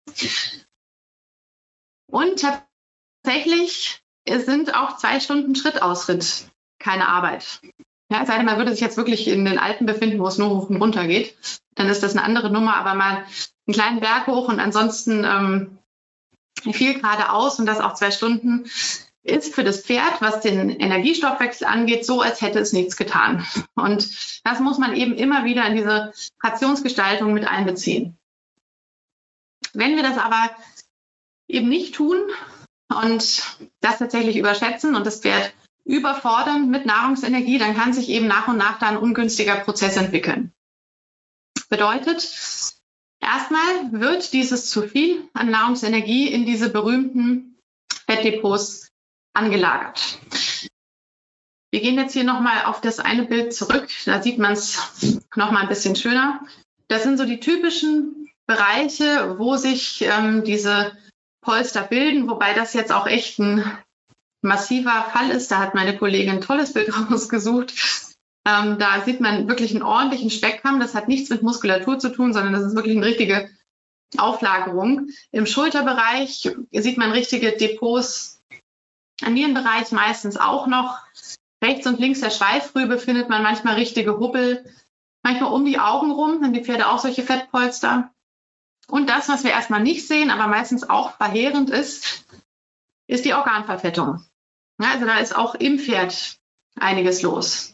Und tatsächlich sind auch zwei Stunden Schrittausritt keine Arbeit. Ja, es sei denn, man würde sich jetzt wirklich in den Alpen befinden, wo es nur hoch und runter geht, dann ist das eine andere Nummer, aber mal einen kleinen Berg hoch und ansonsten ähm, viel geradeaus und das auch zwei Stunden ist für das Pferd, was den Energiestoffwechsel angeht, so, als hätte es nichts getan. Und das muss man eben immer wieder in diese Rationsgestaltung mit einbeziehen. Wenn wir das aber eben nicht tun und das tatsächlich überschätzen und das Pferd überfordern mit Nahrungsenergie, dann kann sich eben nach und nach da ein ungünstiger Prozess entwickeln. Bedeutet, erstmal wird dieses zu viel an Nahrungsenergie in diese berühmten Fettdepots angelagert. Wir gehen jetzt hier nochmal auf das eine Bild zurück, da sieht man es nochmal ein bisschen schöner. Das sind so die typischen Bereiche, wo sich ähm, diese Polster bilden, wobei das jetzt auch echt ein massiver Fall ist. Da hat meine Kollegin ein tolles Bild rausgesucht. Ähm, da sieht man wirklich einen ordentlichen Speckkamm. Das hat nichts mit Muskulatur zu tun, sondern das ist wirklich eine richtige Auflagerung. Im Schulterbereich sieht man richtige Depots. Im Nierenbereich meistens auch noch. Rechts und links der Schweifrübe findet man manchmal richtige Hubbel. Manchmal um die Augen rum haben die Pferde auch solche Fettpolster. Und das, was wir erstmal nicht sehen, aber meistens auch verheerend ist, ist die Organverfettung. Ja, also da ist auch im Pferd einiges los.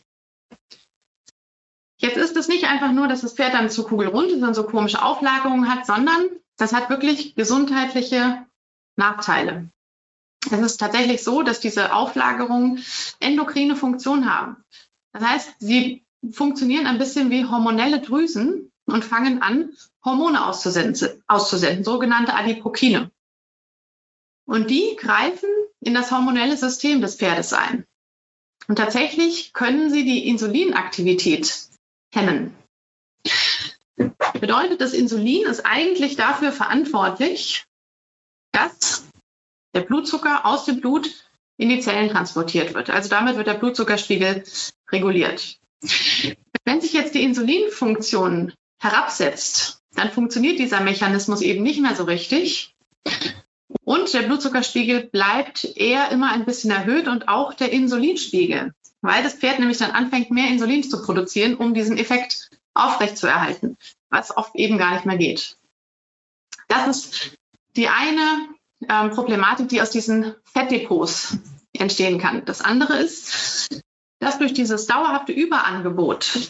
Jetzt ist es nicht einfach nur, dass das Pferd dann zu kugelrund ist und so komische Auflagerungen hat, sondern das hat wirklich gesundheitliche Nachteile. Es ist tatsächlich so, dass diese Auflagerungen endokrine Funktion haben. Das heißt, sie funktionieren ein bisschen wie hormonelle Drüsen und fangen an, Hormone auszusenden, auszusenden, sogenannte Adipokine. Und die greifen in das hormonelle System des Pferdes ein. Und tatsächlich können sie die Insulinaktivität hemmen. Bedeutet, das Insulin ist eigentlich dafür verantwortlich, dass der Blutzucker aus dem Blut in die Zellen transportiert wird. Also damit wird der Blutzuckerspiegel reguliert. Wenn sich jetzt die Insulinfunktion herabsetzt, dann funktioniert dieser Mechanismus eben nicht mehr so richtig. Und der Blutzuckerspiegel bleibt eher immer ein bisschen erhöht und auch der Insulinspiegel, weil das Pferd nämlich dann anfängt, mehr Insulin zu produzieren, um diesen Effekt aufrechtzuerhalten, was oft eben gar nicht mehr geht. Das ist die eine ähm, Problematik, die aus diesen Fettdepots entstehen kann. Das andere ist, dass durch dieses dauerhafte Überangebot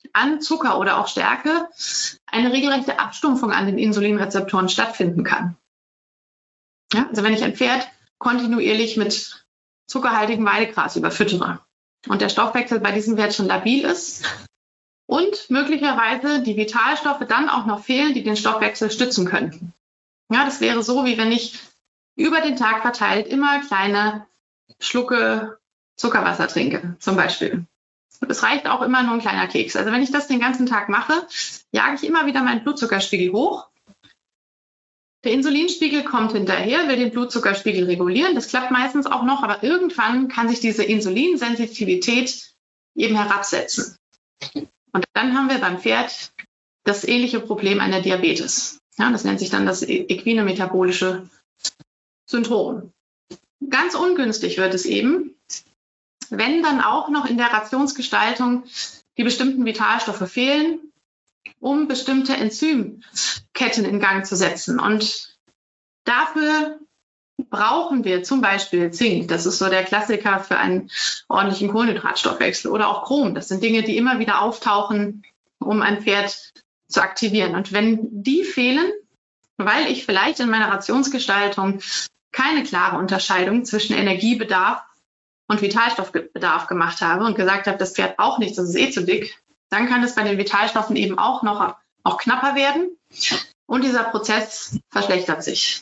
an Zucker oder auch Stärke eine regelrechte Abstumpfung an den Insulinrezeptoren stattfinden kann. Ja, also wenn ich ein Pferd kontinuierlich mit zuckerhaltigem Weidegras überfüttere und der Stoffwechsel bei diesem Wert schon labil ist und möglicherweise die Vitalstoffe dann auch noch fehlen, die den Stoffwechsel stützen könnten. Ja, das wäre so, wie wenn ich über den Tag verteilt immer kleine Schlucke Zuckerwasser trinke, zum Beispiel. Es reicht auch immer nur ein kleiner Keks. Also wenn ich das den ganzen Tag mache, jage ich immer wieder meinen Blutzuckerspiegel hoch. Der Insulinspiegel kommt hinterher, will den Blutzuckerspiegel regulieren. Das klappt meistens auch noch, aber irgendwann kann sich diese Insulinsensitivität eben herabsetzen. Und dann haben wir beim Pferd das ähnliche Problem einer Diabetes. Ja, das nennt sich dann das equine metabolische Syndrom. Ganz ungünstig wird es eben, wenn dann auch noch in der Rationsgestaltung die bestimmten Vitalstoffe fehlen, um bestimmte Enzymketten in Gang zu setzen. Und dafür brauchen wir zum Beispiel Zink. Das ist so der Klassiker für einen ordentlichen Kohlenhydratstoffwechsel. Oder auch Chrom. Das sind Dinge, die immer wieder auftauchen, um ein Pferd zu aktivieren. Und wenn die fehlen, weil ich vielleicht in meiner Rationsgestaltung keine klare Unterscheidung zwischen Energiebedarf und Vitalstoffbedarf gemacht habe und gesagt habe, das Pferd braucht nichts, das ist eh zu dick, dann kann es bei den Vitalstoffen eben auch noch, noch knapper werden und dieser Prozess verschlechtert sich.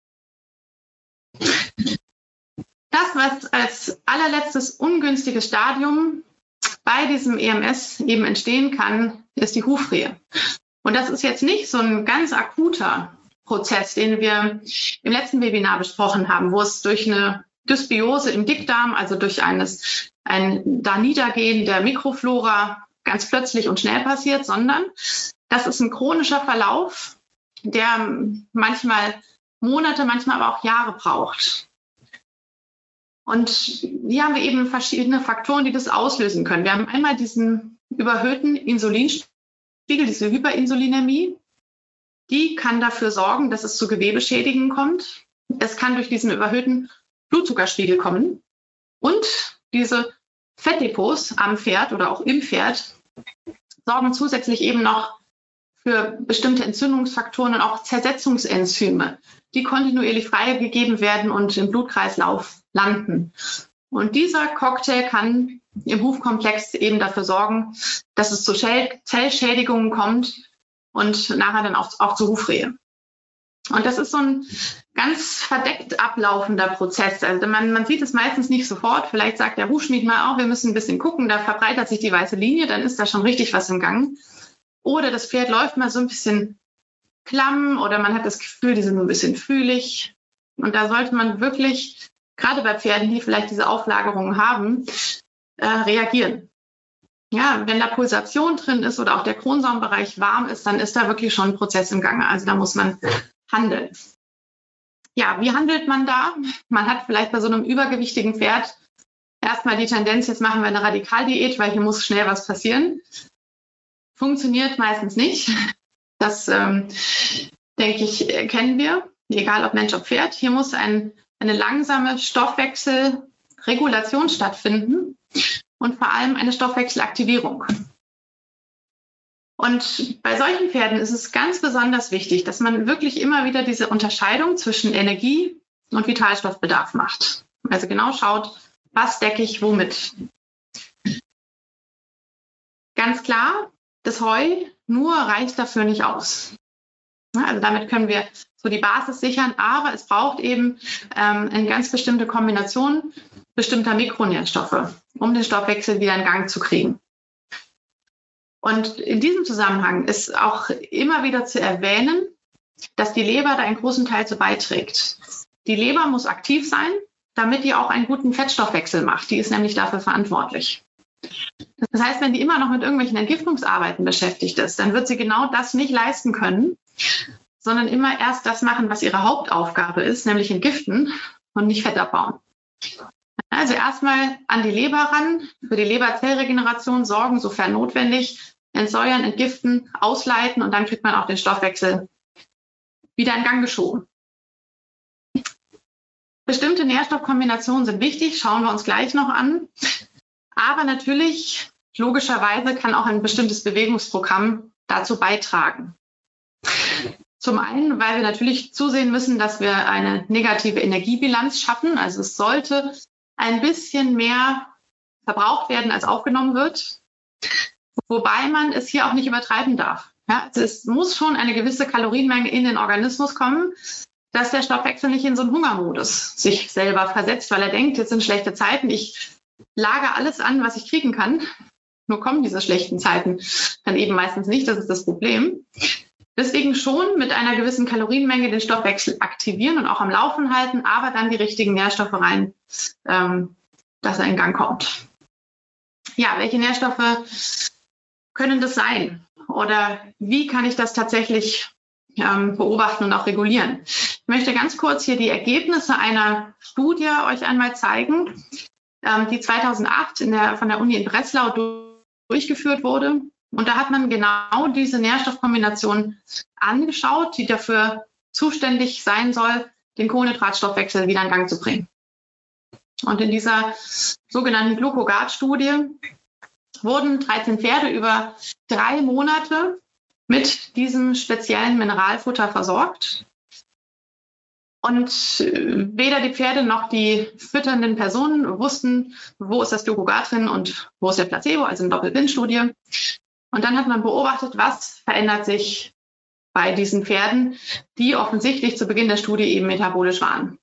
Das, was als allerletztes ungünstiges Stadium bei diesem E M S eben entstehen kann, ist die Hufrehe. Und das ist jetzt nicht so ein ganz akuter Prozess, den wir im letzten Webinar besprochen haben, wo es durch eine Dysbiose im Dickdarm, also durch eines, ein Darniedergehen der Mikroflora ganz plötzlich und schnell passiert, sondern das ist ein chronischer Verlauf, der manchmal Monate, manchmal aber auch Jahre braucht. Und hier haben wir eben verschiedene Faktoren, die das auslösen können. Wir haben einmal diesen überhöhten Insulinspiegel, diese Hyperinsulinämie. Die kann dafür sorgen, dass es zu Gewebeschädigungen kommt. Es kann durch diesen überhöhten Blutzuckerspiegel kommen. Und diese Fettdepots am Pferd oder auch im Pferd sorgen zusätzlich eben noch für bestimmte Entzündungsfaktoren und auch Zersetzungsenzyme, die kontinuierlich freigegeben werden und im Blutkreislauf landen. Und dieser Cocktail kann im Hufkomplex eben dafür sorgen, dass es zu Zellschädigungen kommt und nachher dann auch, auch zu Hufrehe. Und das ist so ein ganz verdeckt ablaufender Prozess. Also man, man sieht es meistens nicht sofort. Vielleicht sagt der Hufschmied mal auch, wir müssen ein bisschen gucken, da verbreitert sich die weiße Linie, dann ist da schon richtig was im Gang. Oder das Pferd läuft mal so ein bisschen klamm oder man hat das Gefühl, die sind ein bisschen fühlig. Und da sollte man wirklich, gerade bei Pferden, die vielleicht diese Auflagerungen haben, äh, reagieren. Ja, wenn da Pulsation drin ist oder auch der Kronsaumbereich warm ist, dann ist da wirklich schon ein Prozess im Gange. Also da muss man handeln. Ja, wie handelt man da? Man hat vielleicht bei so einem übergewichtigen Pferd erstmal die Tendenz, jetzt machen wir eine Radikaldiät, weil hier muss schnell was passieren. Funktioniert meistens nicht. Das, ähm, denke ich, kennen wir, egal ob Mensch, ob Pferd. Hier muss ein, eine langsame Stoffwechselregulation stattfinden und vor allem eine Stoffwechselaktivierung. Und bei solchen Pferden ist es ganz besonders wichtig, dass man wirklich immer wieder diese Unterscheidung zwischen Energie- und Vitalstoffbedarf macht. Also genau schaut, was decke ich womit. Ganz klar, das Heu nur reicht dafür nicht aus. Also damit können wir so die Basis sichern, aber es braucht eben ähm, eine ganz bestimmte Kombination bestimmter Mikronährstoffe, um den Stoffwechsel wieder in Gang zu kriegen. Und in diesem Zusammenhang ist auch immer wieder zu erwähnen, dass die Leber da einen großen Teil zu beiträgt. Die Leber muss aktiv sein, damit die auch einen guten Fettstoffwechsel macht. Die ist nämlich dafür verantwortlich. Das heißt, wenn die immer noch mit irgendwelchen Entgiftungsarbeiten beschäftigt ist, dann wird sie genau das nicht leisten können, sondern immer erst das machen, was ihre Hauptaufgabe ist, nämlich entgiften und nicht Fett abbauen. Also erstmal an die Leber ran, für die Leberzellregeneration sorgen, sofern notwendig, entsäuern, entgiften, ausleiten und dann kriegt man auch den Stoffwechsel wieder in Gang geschoben. Bestimmte Nährstoffkombinationen sind wichtig, schauen wir uns gleich noch an. Aber natürlich logischerweise kann auch ein bestimmtes Bewegungsprogramm dazu beitragen. Zum einen, weil wir natürlich zusehen müssen, dass wir eine negative Energiebilanz schaffen. Also es sollte ein bisschen mehr verbraucht werden, als aufgenommen wird. Wobei man es hier auch nicht übertreiben darf. Ja, also es muss schon eine gewisse Kalorienmenge in den Organismus kommen, dass der Stoffwechsel nicht in so einen Hungermodus sich selber versetzt, weil er denkt, jetzt sind schlechte Zeiten, ich lagere alles an, was ich kriegen kann. Nur kommen diese schlechten Zeiten dann eben meistens nicht, das ist das Problem. Deswegen schon mit einer gewissen Kalorienmenge den Stoffwechsel aktivieren und auch am Laufen halten, aber dann die richtigen Nährstoffe rein, ähm, dass er in Gang kommt. Ja, welche Nährstoffe können das sein? Oder wie kann ich das tatsächlich ähm, beobachten und auch regulieren? Ich möchte ganz kurz hier die Ergebnisse einer Studie euch einmal zeigen, ähm, die zweitausendacht in der, von der Uni in Breslau du- durchgeführt wurde. Und da hat man genau diese Nährstoffkombination angeschaut, die dafür zuständig sein soll, den Kohlenhydratstoffwechsel wieder in Gang zu bringen. Und in dieser sogenannten Glucogat-Studie wurden dreizehn Pferde über drei Monate mit diesem speziellen Mineralfutter versorgt. Und weder die Pferde noch die fütternden Personen wussten, wo ist das Glucogat drin und wo ist der Placebo, also eine Doppelblindstudie. Und dann hat man beobachtet, was verändert sich bei diesen Pferden, die offensichtlich zu Beginn der Studie eben metabolisch waren.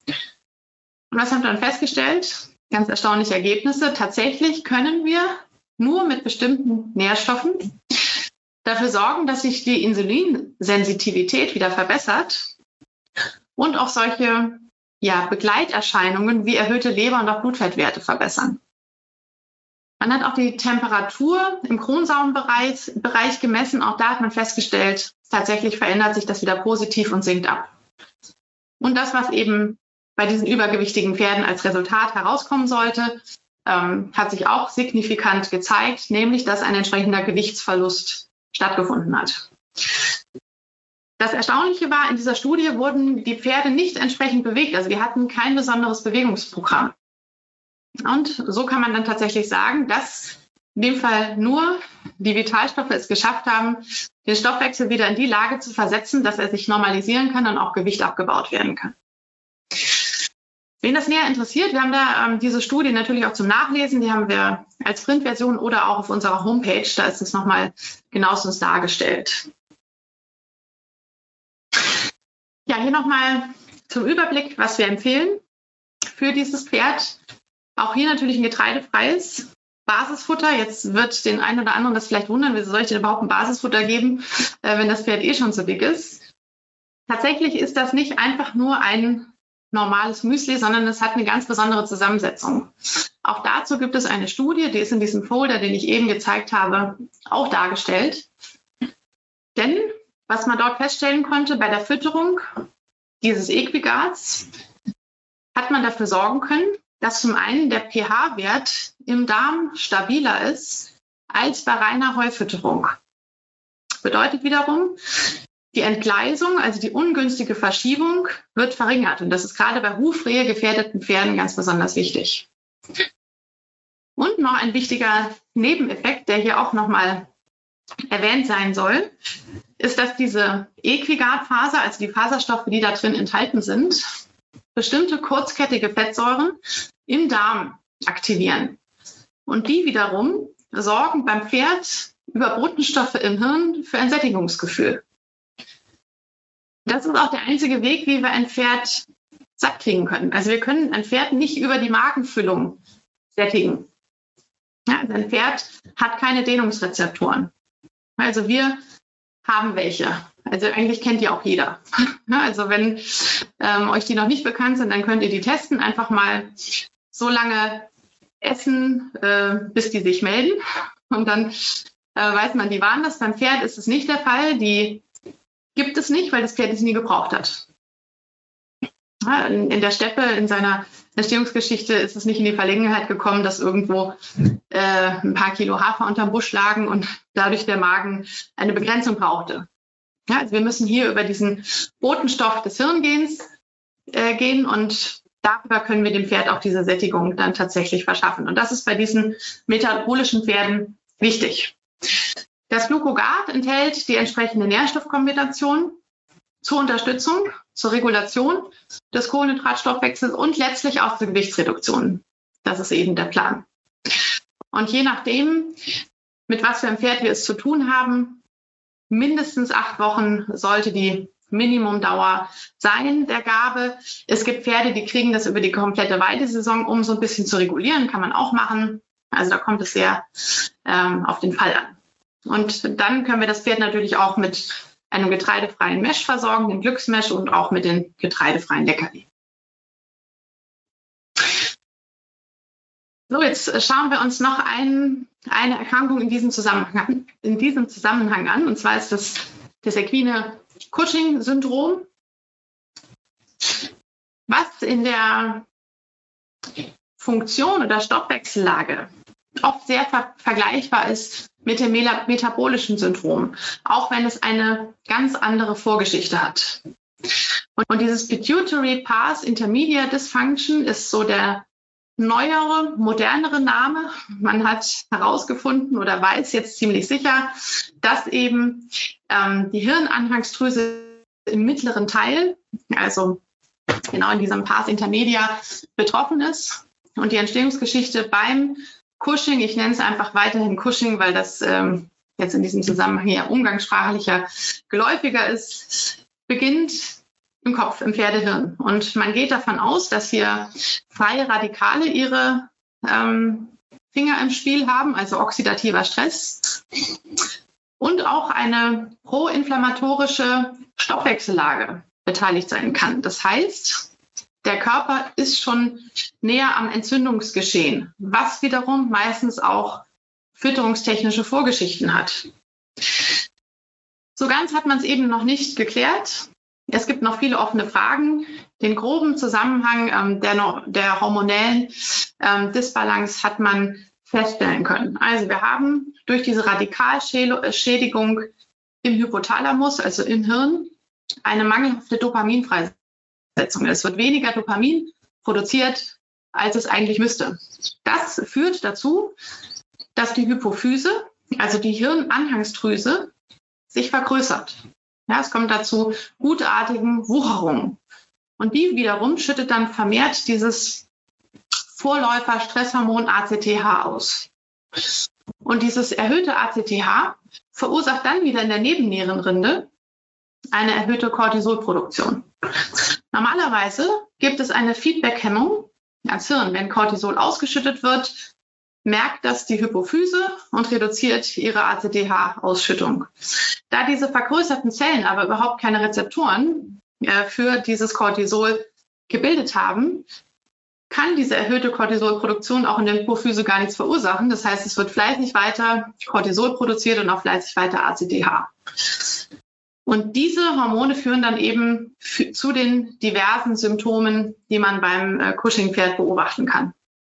Und was haben wir dann festgestellt? Ganz erstaunliche Ergebnisse. Tatsächlich können wir nur mit bestimmten Nährstoffen dafür sorgen, dass sich die Insulinsensitivität wieder verbessert und auch solche ja, Begleiterscheinungen wie erhöhte Leber- und auch Blutfettwerte verbessern. Man hat auch die Temperatur im Kronsaumbereich Bereich gemessen. Auch da hat man festgestellt, tatsächlich verändert sich das wieder positiv und sinkt ab. Und das, was eben bei diesen übergewichtigen Pferden als Resultat herauskommen sollte, ähm, hat sich auch signifikant gezeigt, nämlich dass ein entsprechender Gewichtsverlust stattgefunden hat. Das Erstaunliche war, in dieser Studie wurden die Pferde nicht entsprechend bewegt. Also die hatten kein besonderes Bewegungsprogramm. Und so kann man dann tatsächlich sagen, dass in dem Fall nur die Vitalstoffe es geschafft haben, den Stoffwechsel wieder in die Lage zu versetzen, dass er sich normalisieren kann und auch Gewicht abgebaut werden kann. Wen das näher interessiert, wir haben da ähm, diese Studie natürlich auch zum Nachlesen. Die haben wir als Printversion oder auch auf unserer Homepage. Da ist es nochmal genauestens dargestellt. Ja, hier nochmal zum Überblick, was wir empfehlen für dieses Pferd. Auch hier natürlich ein getreidefreies Basisfutter. Jetzt wird den einen oder anderen das vielleicht wundern, wieso soll ich denn überhaupt ein Basisfutter geben, äh, wenn das Pferd eh schon so dick ist. Tatsächlich ist das nicht einfach nur ein normales Müsli, sondern es hat eine ganz besondere Zusammensetzung. Auch dazu gibt es eine Studie, die ist in diesem Folder, den ich eben gezeigt habe, auch dargestellt. Denn was man dort feststellen konnte bei der Fütterung dieses Equigats, hat man dafür sorgen können, dass zum einen der pH-Wert im Darm stabiler ist als bei reiner Heufütterung. Bedeutet wiederum, die Entgleisung, also die ungünstige Verschiebung, wird verringert. Und das ist gerade bei Hufrehe gefährdeten Pferden ganz besonders wichtig. Und noch ein wichtiger Nebeneffekt, der hier auch nochmal erwähnt sein soll, ist, dass diese Equigatfaser, also die Faserstoffe, die da drin enthalten sind, bestimmte kurzkettige Fettsäuren im Darm aktivieren. Und die wiederum sorgen beim Pferd über Botenstoffe im Hirn für ein Sättigungsgefühl. Das ist auch der einzige Weg, wie wir ein Pferd satt kriegen können. Also wir können ein Pferd nicht über die Magenfüllung sättigen. Ja, also ein Pferd hat keine Dehnungsrezeptoren. Also wir haben welche. Also eigentlich kennt die auch jeder. Also wenn ähm, euch die noch nicht bekannt sind, dann könnt ihr die testen. Einfach mal so lange essen, äh, bis die sich melden. Und dann äh, weiß man, die waren das. Beim Pferd ist es nicht der Fall. Die gibt es nicht, weil das Pferd es nie gebraucht hat. Ja, in, in der Steppe, in seiner Entstehungsgeschichte ist es nicht in die Verlegenheit gekommen, dass irgendwo äh, ein paar Kilo Hafer unterm Busch lagen und dadurch der Magen eine Begrenzung brauchte. Ja, also wir müssen hier über diesen Botenstoff des Hirngens äh, gehen und darüber können wir dem Pferd auch diese Sättigung dann tatsächlich verschaffen. Und das ist bei diesen metabolischen Pferden wichtig. Das Glucogat enthält die entsprechende Nährstoffkombination zur Unterstützung, zur Regulation des Kohlenhydratstoffwechsels und letztlich auch zur Gewichtsreduktion. Das ist eben der Plan. Und je nachdem, mit was für einem Pferd wir es zu tun haben, mindestens acht Wochen sollte die Minimumdauer sein der Gabe. Es gibt Pferde, die kriegen das über die komplette Weidesaison, um so ein bisschen zu regulieren, kann man auch machen. Also da kommt es sehr ähm, auf den Fall an. Und dann können wir das Pferd natürlich auch mit einem getreidefreien Mesh versorgen, den Glücksmesh, und auch mit den getreidefreien Leckerli. So, jetzt schauen wir uns noch ein, eine Erkrankung in diesem Zusammenhang, in diesem Zusammenhang an. Und zwar ist das das equine Cushing-Syndrom, was in der Funktion oder Stoffwechsellage oft sehr ver vergleichbar ist mit dem metabolischen Syndrom, auch wenn es eine ganz andere Vorgeschichte hat. Und, und dieses Pituitary Pars Intermedia Dysfunction ist so der neuere, modernere Name. Man hat herausgefunden oder weiß jetzt ziemlich sicher, dass eben ähm, die Hirnanhangsdrüse im mittleren Teil, also genau in diesem Pars Intermedia, betroffen ist. Und die Entstehungsgeschichte beim Cushing, ich nenne es einfach weiterhin Cushing, weil das ähm, jetzt in diesem Zusammenhang hier umgangssprachlicher geläufiger ist, beginnt im Kopf, im Pferdehirn. Und man geht davon aus, dass hier freie Radikale ihre ähm, Finger im Spiel haben, also oxidativer Stress und auch eine proinflammatorische Stoffwechsellage beteiligt sein kann. Das heißt, der Körper ist schon näher am Entzündungsgeschehen, was wiederum meistens auch fütterungstechnische Vorgeschichten hat. So ganz hat man es eben noch nicht geklärt. Es gibt noch viele offene Fragen. Den groben Zusammenhang ähm, der, der hormonellen ähm, Disbalance hat man feststellen können. Also wir haben durch diese Radikalschädigung im Hypothalamus, also im Hirn, eine mangelhafte Dopaminfreisetzung. Es wird weniger Dopamin produziert, als es eigentlich müsste. Das führt dazu, dass die Hypophyse, also die Hirnanhangsdrüse, sich vergrößert. Ja, es kommt dazu gutartigen Wucherungen. Und die wiederum schüttet dann vermehrt dieses Vorläufer-Stresshormon A C T H aus. Und dieses erhöhte A C T H verursacht dann wieder in der Nebennierenrinde eine erhöhte Cortisolproduktion. Normalerweise gibt es eine Feedback-Hemmung ans Hirn. Wenn Cortisol ausgeschüttet wird, merkt das die Hypophyse und reduziert ihre A C T H-Ausschüttung. Da diese vergrößerten Zellen aber überhaupt keine Rezeptoren äh, für dieses Cortisol gebildet haben, kann diese erhöhte Cortisolproduktion auch in der Hypophyse gar nichts verursachen. Das heißt, es wird fleißig weiter Cortisol produziert und auch fleißig weiter A C T H. Und diese Hormone führen dann eben zu den diversen Symptomen, die man beim äh, Cushing-Pferd beobachten kann.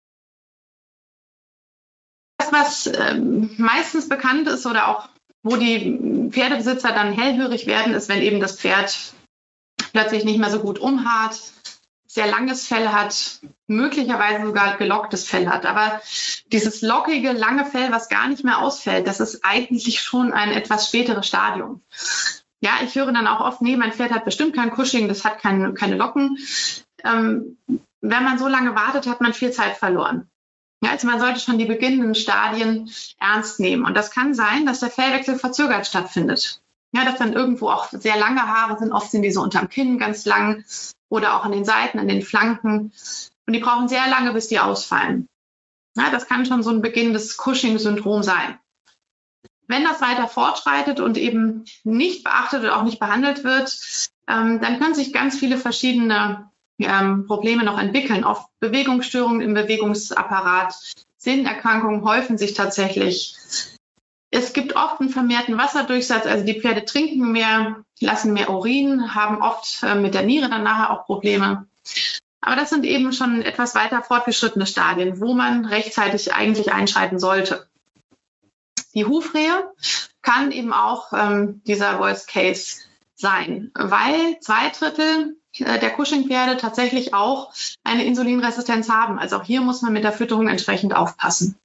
Das, was ähm, meistens bekannt ist oder auch wo die Pferdebesitzer dann hellhörig werden, ist, wenn eben das Pferd plötzlich nicht mehr so gut umhaart, sehr langes Fell hat, möglicherweise sogar gelocktes Fell hat. Aber dieses lockige, lange Fell, was gar nicht mehr ausfällt, das ist eigentlich schon ein etwas späteres Stadium. Ja, ich höre dann auch oft, nee, mein Pferd hat bestimmt kein Cushing, das hat keine, keine Locken. Ähm, wenn man so lange wartet, hat man viel Zeit verloren. Ja, also man sollte schon die beginnenden Stadien ernst nehmen. Und das kann sein, dass der Fellwechsel verzögert stattfindet. Ja, dass dann irgendwo auch sehr lange Haare sind. Oft sind die so unterm Kinn ganz lang oder auch an den Seiten, an den Flanken. Und die brauchen sehr lange, bis die ausfallen. Ja, das kann schon so ein beginnendes Cushing-Syndrom sein. Wenn das weiter fortschreitet und eben nicht beachtet oder auch nicht behandelt wird, ähm, dann können sich ganz viele verschiedene ähm, Probleme noch entwickeln. Oft Bewegungsstörungen im Bewegungsapparat, Sinnerkrankungen häufen sich tatsächlich. Es gibt oft einen vermehrten Wasserdurchsatz, also die Pferde trinken mehr, lassen mehr Urin, haben oft äh, mit der Niere dann nachher auch Probleme. Aber das sind eben schon etwas weiter fortgeschrittene Stadien, wo man rechtzeitig eigentlich einschreiten sollte. Die Hufrehe kann eben auch ähm, dieser Worst Case sein, weil zwei Drittel äh, der Cushing-Pferde tatsächlich auch eine Insulinresistenz haben. Also auch hier muss man mit der Fütterung entsprechend aufpassen.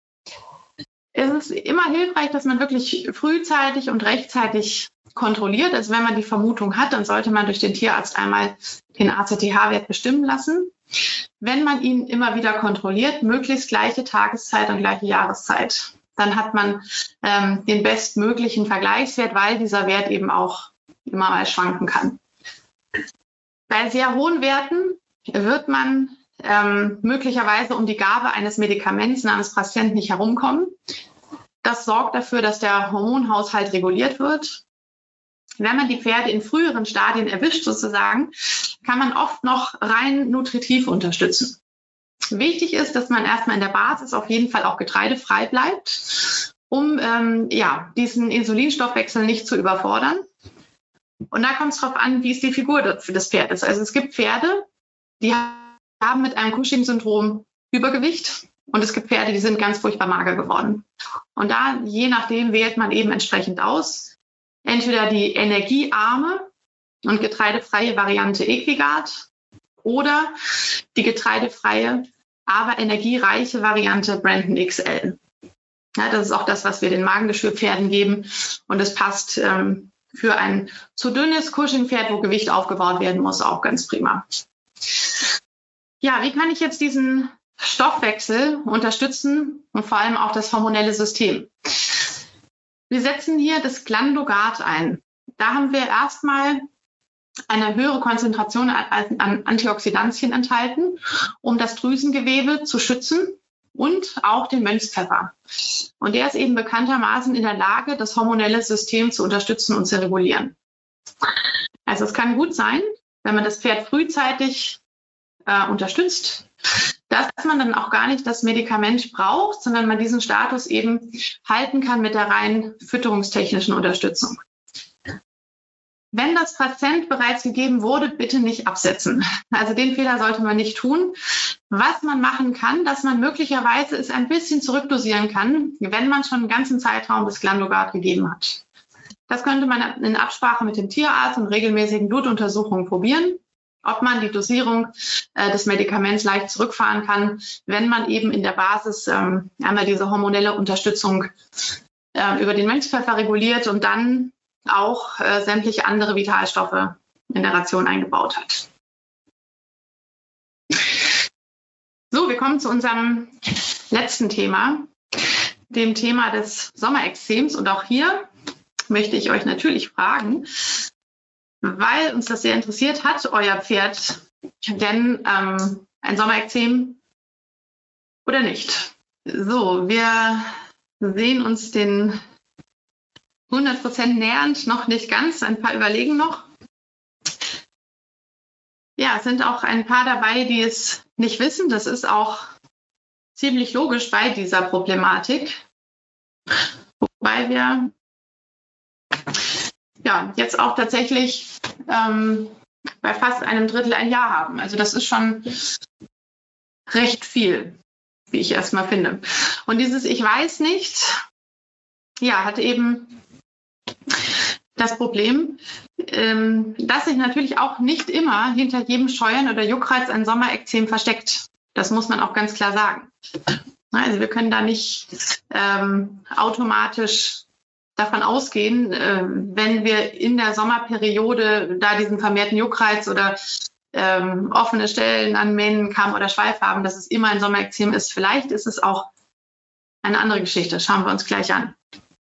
Es ist immer hilfreich, dass man wirklich frühzeitig und rechtzeitig kontrolliert. Also wenn man die Vermutung hat, dann sollte man durch den Tierarzt einmal den A C T H-Wert bestimmen lassen. Wenn man ihn immer wieder kontrolliert, möglichst gleiche Tageszeit und gleiche Jahreszeit, dann hat man ähm, den bestmöglichen Vergleichswert, weil dieser Wert eben auch immer mal schwanken kann. Bei sehr hohen Werten wird man ähm, möglicherweise um die Gabe eines Medikaments namens Prascent nicht herumkommen. Das sorgt dafür, dass der Hormonhaushalt reguliert wird. Wenn man die Pferde in früheren Stadien erwischt sozusagen, kann man oft noch rein nutritiv unterstützen. Wichtig ist, dass man erstmal in der Basis auf jeden Fall auch getreidefrei bleibt, um ähm, ja, diesen Insulinstoffwechsel nicht zu überfordern. Und da kommt es darauf an, wie ist die Figur des Pferdes. Also es gibt Pferde, die haben mit einem Cushing-Syndrom Übergewicht und es gibt Pferde, die sind ganz furchtbar mager geworden. Und da, je nachdem, wählt man eben entsprechend aus. Entweder die energiearme und getreidefreie Variante Equigard oder die getreidefreie, aber energiereiche Variante Brandon X L. Ja, das ist auch das, was wir den Magengeschwürpferden geben. Und es passt ähm, für ein zu dünnes Cushing-Pferd, wo Gewicht aufgebaut werden muss, auch ganz prima. Ja, wie kann ich jetzt diesen Stoffwechsel unterstützen und vor allem auch das hormonelle System? Wir setzen hier das Glandogard ein. Da haben wir erstmal eine höhere Konzentration an, an Antioxidantien enthalten, um das Drüsengewebe zu schützen und auch den Mönchspfeffer. Und der ist eben bekanntermaßen in der Lage, das hormonelle System zu unterstützen und zu regulieren. Also es kann gut sein, wenn man das Pferd frühzeitig äh, unterstützt, dass man dann auch gar nicht das Medikament braucht, sondern man diesen Status eben halten kann mit der rein fütterungstechnischen Unterstützung. Wenn das Prascent bereits gegeben wurde, bitte nicht absetzen. Also den Fehler sollte man nicht tun. Was man machen kann, dass man möglicherweise es ein bisschen zurückdosieren kann, wenn man schon einen ganzen Zeitraum das Glandogard gegeben hat. Das könnte man in Absprache mit dem Tierarzt und regelmäßigen Blutuntersuchungen probieren, ob man die Dosierung äh, des Medikaments leicht zurückfahren kann, wenn man eben in der Basis ähm, einmal diese hormonelle Unterstützung äh, über den Mönchspfeffer reguliert und dann auch äh, sämtliche andere Vitalstoffe in der Ration eingebaut hat. So, wir kommen zu unserem letzten Thema, dem Thema des Sommerextrems. Und auch hier möchte ich euch natürlich fragen, weil uns das sehr interessiert, hat euer Pferd denn ähm, ein Sommerextrem oder nicht? So, wir sehen uns den hundert Prozent nähernd, noch nicht ganz, ein paar überlegen noch. Ja, es sind auch ein paar dabei, die es nicht wissen. Das ist auch ziemlich logisch bei dieser Problematik. Wobei wir ja jetzt auch tatsächlich ähm, bei fast einem Drittel ein Jahr haben. Also das ist schon recht viel, wie ich erstmal finde. Und dieses Ich weiß nicht, ja, hat eben das Problem, ähm, dass sich natürlich auch nicht immer hinter jedem Scheuern oder Juckreiz ein Sommerekzem versteckt. Das muss man auch ganz klar sagen. Also wir können da nicht ähm, automatisch davon ausgehen, äh, wenn wir in der Sommerperiode da diesen vermehrten Juckreiz oder ähm, offene Stellen an Mähnen, Kamm oder Schweif haben, dass es immer ein Sommerextrem ist. Vielleicht ist es auch eine andere Geschichte. Schauen wir uns gleich an.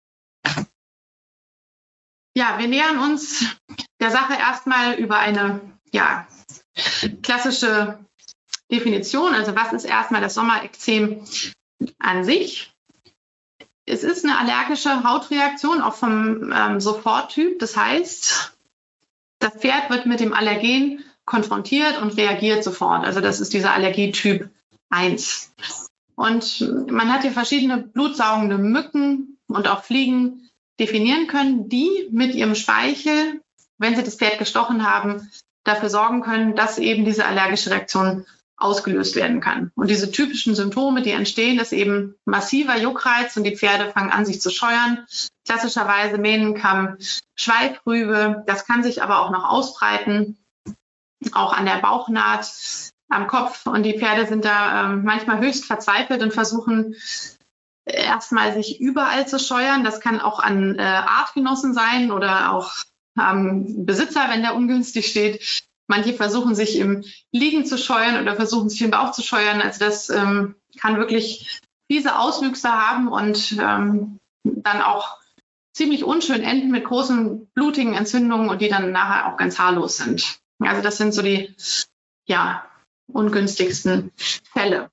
Ja, wir nähern uns der Sache erstmal über eine ja, klassische Definition. Also was ist erstmal das Sommerextrem an sich? Es ist eine allergische Hautreaktion, auch vom ähm, Soforttyp. Das heißt, das Pferd wird mit dem Allergen konfrontiert und reagiert sofort. Also das ist dieser Allergietyp eins. Und man hat hier verschiedene blutsaugende Mücken und auch Fliegen definieren können, die mit ihrem Speichel, wenn sie das Pferd gestochen haben, dafür sorgen können, dass eben diese allergische Reaktion ausgelöst werden kann. Und diese typischen Symptome, die entstehen, ist eben massiver Juckreiz und die Pferde fangen an, sich zu scheuern. Klassischerweise Mähnenkamm, Schweifrübe. Das kann sich aber auch noch ausbreiten. auch an der Bauchnaht, am Kopf. Und die Pferde sind da ähm, manchmal höchst verzweifelt und versuchen erstmal sich überall zu scheuern. Das kann auch an äh, Artgenossen sein oder auch am ähm, Besitzer, wenn der ungünstig steht. Manche versuchen sich im Liegen zu scheuern oder versuchen sich im Bauch zu scheuern. Also das ähm, kann wirklich fiese Auswüchse haben und ähm, dann auch ziemlich unschön enden mit großen blutigen Entzündungen und die dann nachher auch ganz haarlos sind. Also das sind so die ja, ungünstigsten Fälle.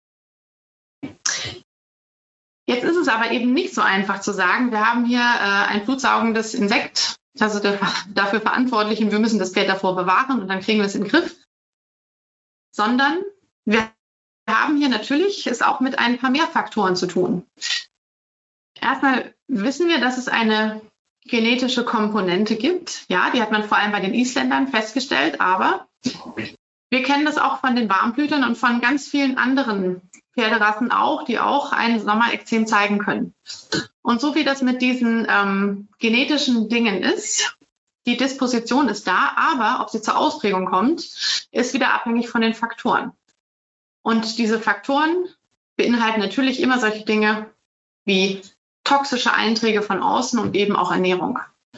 Jetzt ist es aber eben nicht so einfach zu sagen, wir haben hier äh, ein blutsaugendes Insekt, also der, dafür verantwortlich und wir müssen das Pferd davor bewahren und dann kriegen wir es in den Griff, sondern wir haben hier natürlich es auch mit ein paar mehr Faktoren zu tun. Erstmal wissen wir, dass es eine genetische Komponente gibt. Ja, die hat man vor allem bei den Isländern festgestellt, aber wir kennen das auch von den Warmblütern und von ganz vielen anderen Pferderassen auch, die auch ein Sommerekzem zeigen können. Und so wie das mit diesen ähm, genetischen Dingen ist, die Disposition ist da, aber ob sie zur Ausprägung kommt, ist wieder abhängig von den Faktoren. Und diese Faktoren beinhalten natürlich immer solche Dinge wie toxische Einträge von außen und eben auch Ernährung.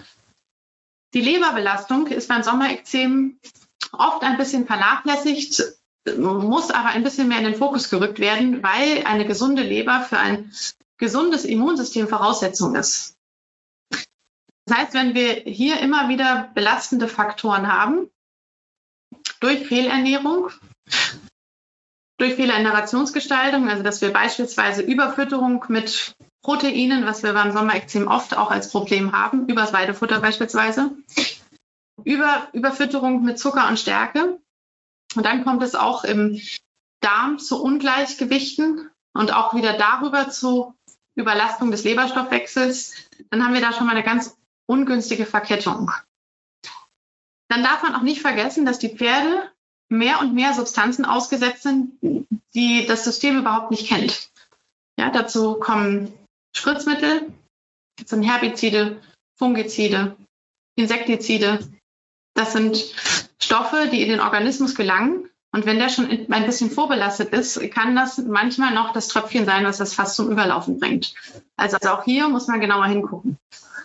Die Leberbelastung ist beim Sommerekzem oft ein bisschen vernachlässigt, muss aber ein bisschen mehr in den Fokus gerückt werden, weil eine gesunde Leber für ein gesundes Immunsystem Voraussetzung ist. Das heißt, wenn wir hier immer wieder belastende Faktoren haben, durch Fehlernährung, durch Fehlernährungsgestaltung, also dass wir beispielsweise Überfütterung mit Proteinen, was wir beim Sommerekzem oft auch als Problem haben, übers Weidefutter beispielsweise, Über, Überfütterung mit Zucker und Stärke. Und dann kommt es auch im Darm zu Ungleichgewichten und auch wieder darüber zu Überlastung des Leberstoffwechsels. Dann haben wir da schon mal eine ganz ungünstige Verkettung. Dann darf man auch nicht vergessen, dass die Pferde mehr und mehr Substanzen ausgesetzt sind, die das System überhaupt nicht kennt. Ja, dazu kommen Spritzmittel, das sind Herbizide, Fungizide, Insektizide. Das sind Stoffe, die in den Organismus gelangen. Und wenn der schon ein bisschen vorbelastet ist, kann das manchmal noch das Tröpfchen sein, was das fast zum Überlaufen bringt. Also auch hier muss man genauer hingucken.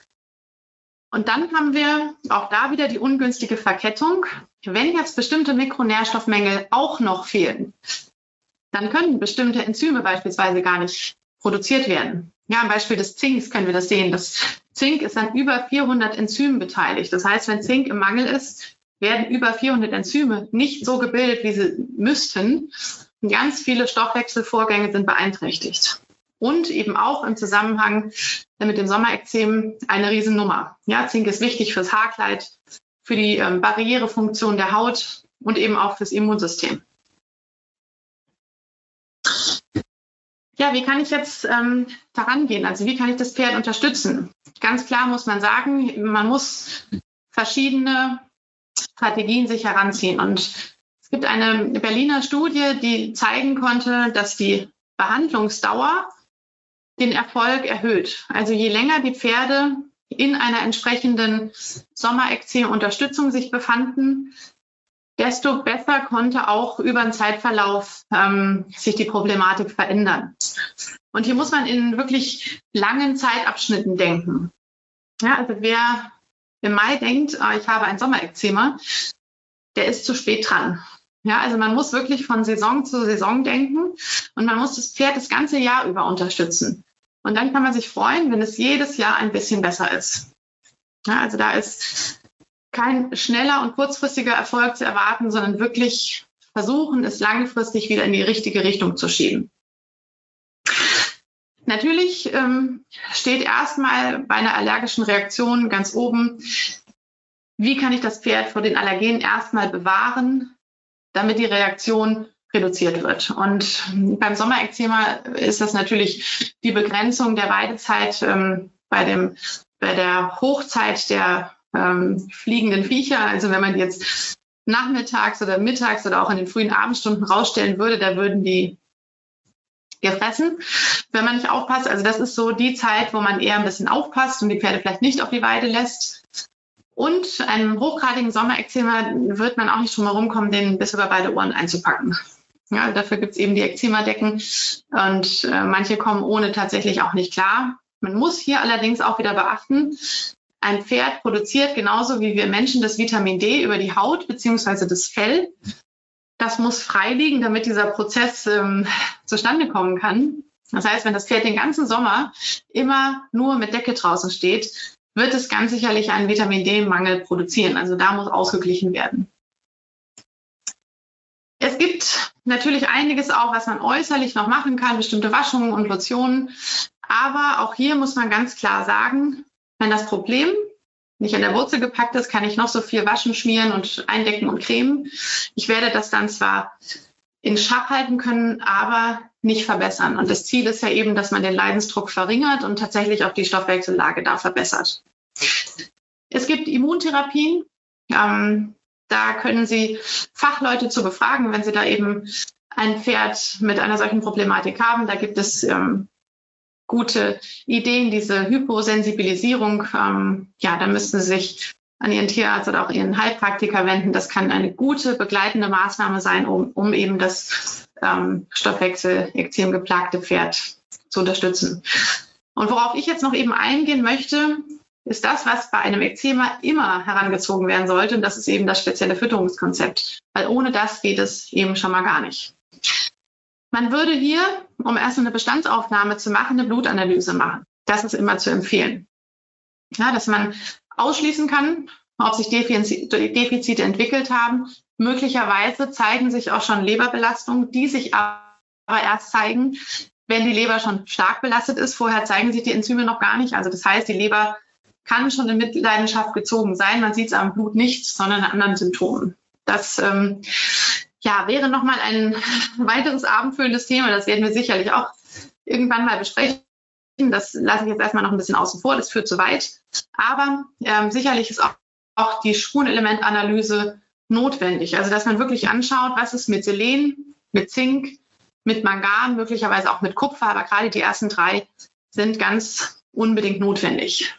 Und dann haben wir auch da wieder die ungünstige Verkettung. Wenn jetzt bestimmte Mikronährstoffmängel auch noch fehlen, dann können bestimmte Enzyme beispielsweise gar nicht produziert werden. Ja, am Beispiel des Zinks können wir das sehen. Das Zink ist an über vierhundert Enzymen beteiligt. Das heißt, wenn Zink im Mangel ist, werden über vierhundert Enzyme nicht so gebildet, wie sie müssten. Und ganz viele Stoffwechselvorgänge sind beeinträchtigt. Und eben auch im Zusammenhang mit dem Sommerekzem eine Riesennummer. Ja, Zink ist wichtig fürs Haarkleid, für die ähm, Barrierefunktion der Haut und eben auch fürs Immunsystem. Ja, wie kann ich jetzt ähm, daran gehen? Also wie kann ich das Pferd unterstützen? Ganz klar muss man sagen, man muss verschiedene Strategien sich heranziehen. Und es gibt eine Berliner Studie, die zeigen konnte, dass die Behandlungsdauer den Erfolg erhöht. Also je länger die Pferde in einer entsprechenden Sommerekzem-Unterstützung sich befanden, desto besser konnte auch über den Zeitverlauf ähm, sich die Problematik verändern. Und hier muss man in wirklich langen Zeitabschnitten denken. Ja, also wer im Mai denkt, ah, ich habe ein Sommerekzema, der ist zu spät dran. Ja, also man muss wirklich von Saison zu Saison denken und man muss das Pferd das ganze Jahr über unterstützen. Und dann kann man sich freuen, wenn es jedes Jahr ein bisschen besser ist. Ja, also da ist kein schneller und kurzfristiger Erfolg zu erwarten, sondern wirklich versuchen, es langfristig wieder in die richtige Richtung zu schieben. Natürlich ähm, steht erstmal bei einer allergischen Reaktion ganz oben, wie kann ich das Pferd vor den Allergenen erstmal bewahren, damit die Reaktion reduziert wird. Und beim Sommerekzema ist das natürlich die Begrenzung der Weidezeit ähm, bei, dem, bei der Hochzeit der ähm, fliegenden Viecher. Also wenn man die jetzt nachmittags oder mittags oder auch in den frühen Abendstunden rausstellen würde, da würden die gefressen, wenn man nicht aufpasst. Also das ist so die Zeit, wo man eher ein bisschen aufpasst und die Pferde vielleicht nicht auf die Weide lässt. Und einem hochgradigen Sommerekzema wird man auch nicht drum herum kommen, den bis über beide Ohren einzupacken. Ja, dafür gibt es eben die Ekzemadecken und äh, manche kommen ohne tatsächlich auch nicht klar. Man muss hier allerdings auch wieder beachten, ein Pferd produziert genauso wie wir Menschen das Vitamin D über die Haut bzw. das Fell. Das muss frei liegen, damit dieser Prozess ähm, zustande kommen kann. Das heißt, wenn das Pferd den ganzen Sommer immer nur mit Decke draußen steht, wird es ganz sicherlich einen Vitamin D-Mangel produzieren. Also da muss ausgeglichen werden. Es gibt natürlich einiges auch, was man äußerlich noch machen kann, bestimmte Waschungen und Lotionen. Aber auch hier muss man ganz klar sagen, wenn das Problem nicht an der Wurzel gepackt ist, kann ich noch so viel waschen, schmieren und eindecken und cremen. Ich werde das dann zwar in Schach halten können, aber nicht verbessern. Und das Ziel ist ja eben, dass man den Leidensdruck verringert und tatsächlich auch die Stoffwechsellage da verbessert. Es gibt Immuntherapien. Ähm, da können Sie Fachleute zu befragen, wenn Sie da eben ein Pferd mit einer solchen Problematik haben. Da gibt es ähm, gute Ideen, diese Hyposensibilisierung. Ähm, ja, da müssten Sie sich an Ihren Tierarzt oder auch Ihren Heilpraktiker wenden. Das kann eine gute begleitende Maßnahme sein, um, um eben das ähm, Stoffwechsel-Ekzem geplagte Pferd zu unterstützen. Und worauf ich jetzt noch eben eingehen möchte, ist das, was bei einem Ekzema immer herangezogen werden sollte. Und das ist eben das spezielle Fütterungskonzept. Weil ohne das geht es eben schon mal gar nicht. Man würde hier, um erst eine Bestandsaufnahme zu machen, eine Blutanalyse machen. Das ist immer zu empfehlen. Ja, dass man ausschließen kann, ob sich Defizite entwickelt haben. Möglicherweise zeigen sich auch schon Leberbelastungen, die sich aber erst zeigen, wenn die Leber schon stark belastet ist. Vorher zeigen sich die Enzyme noch gar nicht. Also das heißt, die Leber kann schon in Mitleidenschaft gezogen sein. Man sieht es am Blut nicht, sondern an anderen Symptomen. Das ähm, ja, wäre nochmal ein weiteres abendfüllendes Thema. Das werden wir sicherlich auch irgendwann mal besprechen. Das lasse ich jetzt erstmal noch ein bisschen außen vor. Das führt zu weit. Aber ähm, sicherlich ist auch, auch die Spurenelementanalyse notwendig. Also dass man wirklich anschaut, was ist mit Selen, mit Zink, mit Mangan, möglicherweise auch mit Kupfer. Aber gerade die ersten drei sind ganz unbedingt notwendig.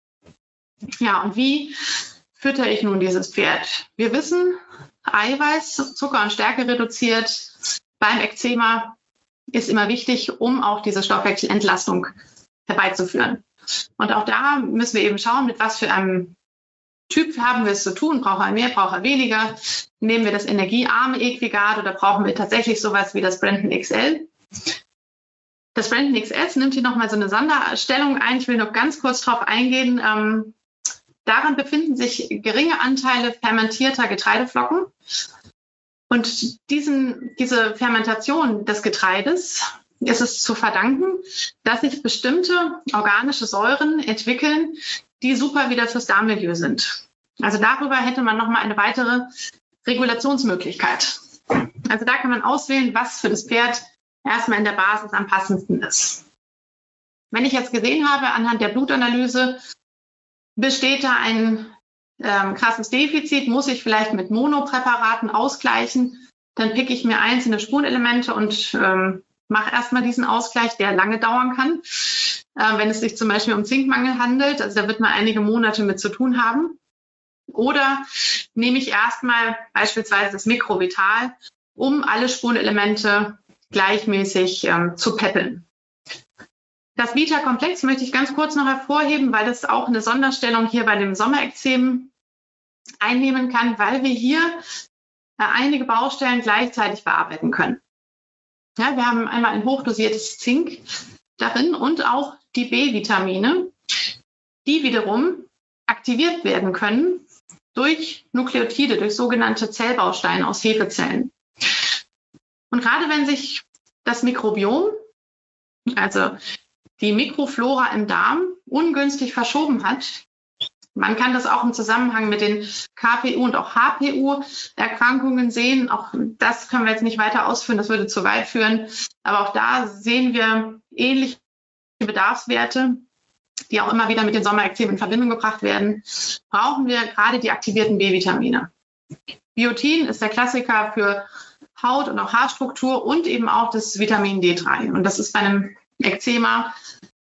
Ja, und wie fütter ich nun dieses Pferd? Wir wissen, Eiweiß, Zucker und Stärke reduziert beim Ekzema ist immer wichtig, um auch diese Stoffwechselentlastung herbeizuführen. Und auch da müssen wir eben schauen, mit was für einem Typ haben wir es zu tun. Braucht er mehr, braucht er weniger? Nehmen wir das energiearme Equigat oder brauchen wir tatsächlich sowas wie das Brandon X L? Das Brandon X S nimmt hier nochmal so eine Sonderstellung ein. Ich will noch ganz kurz drauf eingehen. Ähm, daran befinden sich geringe Anteile fermentierter Getreideflocken. Und diesen, diese Fermentation des Getreides ist es zu verdanken, dass sich bestimmte organische Säuren entwickeln, die super wieder fürs Darmmilieu sind. Also darüber hätte man nochmal eine weitere Regulationsmöglichkeit. Also da kann man auswählen, was für das Pferd erstmal in der Basis am passendsten ist. Wenn ich jetzt gesehen habe, anhand der Blutanalyse besteht da ein ähm, krasses Defizit, muss ich vielleicht mit Monopräparaten ausgleichen, dann picke ich mir einzelne Spurenelemente und ähm, mache erstmal diesen Ausgleich, der lange dauern kann. Äh, wenn es sich zum Beispiel um Zinkmangel handelt, also da wird man einige Monate mit zu tun haben. Oder nehme ich erstmal beispielsweise das Mikrovital, um alle Spurenelemente gleichmäßig ähm, zu peppeln. Das Vita-Komplex möchte ich ganz kurz noch hervorheben, weil das auch eine Sonderstellung hier bei dem Sommerekzem einnehmen kann, weil wir hier äh, einige Baustellen gleichzeitig bearbeiten können. Ja, wir haben einmal ein hochdosiertes Zink darin und auch die B-Vitamine, die wiederum aktiviert werden können durch Nukleotide, durch sogenannte Zellbausteine aus Hefezellen. Und gerade wenn sich das Mikrobiom, also die Mikroflora im Darm, ungünstig verschoben hat, man kann das auch im Zusammenhang mit den K P U und auch H P U-Erkrankungen sehen. Auch das können wir jetzt nicht weiter ausführen, das würde zu weit führen. Aber auch da sehen wir ähnliche Bedarfswerte, die auch immer wieder mit den Sommerekzemen in Verbindung gebracht werden. Brauchen wir gerade die aktivierten B-Vitamine. Biotin ist der Klassiker für Haut- und auch Haarstruktur und eben auch das Vitamin D drei. Und das ist bei einem Ekzema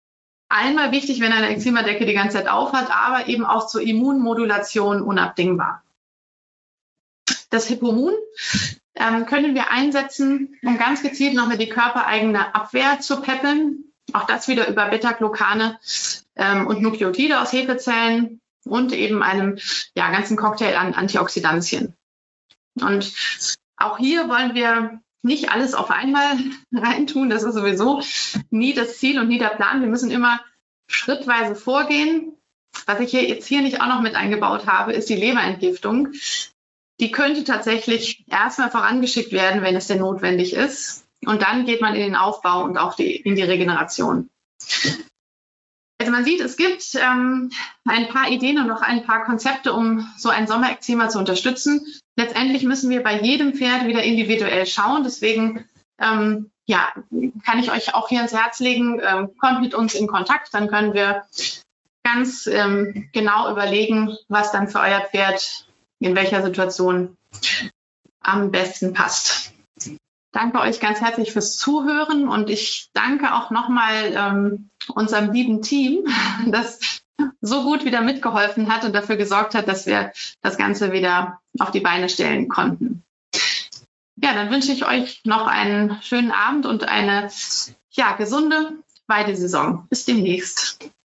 einmal wichtig, wenn eine Eczema-Decke die ganze Zeit aufhat, aber eben auch zur Immunmodulation unabdingbar. Das Hipomun ähm, können wir einsetzen, um ganz gezielt nochmal die körpereigene Abwehr zu peppeln. Auch das wieder über Beta-Glucane ähm, und Nukleotide aus Hefezellen und eben einem ja, ganzen Cocktail an Antioxidantien. Und auch hier wollen wir nicht alles auf einmal reintun. Das ist sowieso nie das Ziel und nie der Plan. Wir müssen immer schrittweise vorgehen. Was ich hier jetzt hier nicht auch noch mit eingebaut habe, ist die Leberentgiftung. Die könnte tatsächlich erstmal vorangeschickt werden, wenn es denn notwendig ist. Und dann geht man in den Aufbau und auch die, in die Regeneration. Also man sieht, es gibt ähm, ein paar Ideen und auch ein paar Konzepte, um so ein Sommerekzema zu unterstützen. Letztendlich müssen wir bei jedem Pferd wieder individuell schauen. Deswegen ähm, ja, kann ich euch auch hier ans Herz legen, ähm, kommt mit uns in Kontakt. Dann können wir ganz ähm, genau überlegen, was dann für euer Pferd in welcher Situation am besten passt. Danke euch ganz herzlich fürs Zuhören und ich danke auch nochmal ähm, unserem lieben Team, das so gut wieder mitgeholfen hat und dafür gesorgt hat, dass wir das Ganze wieder auf die Beine stellen konnten. Ja, dann wünsche ich euch noch einen schönen Abend und eine ja, gesunde Weidesaison. Bis demnächst.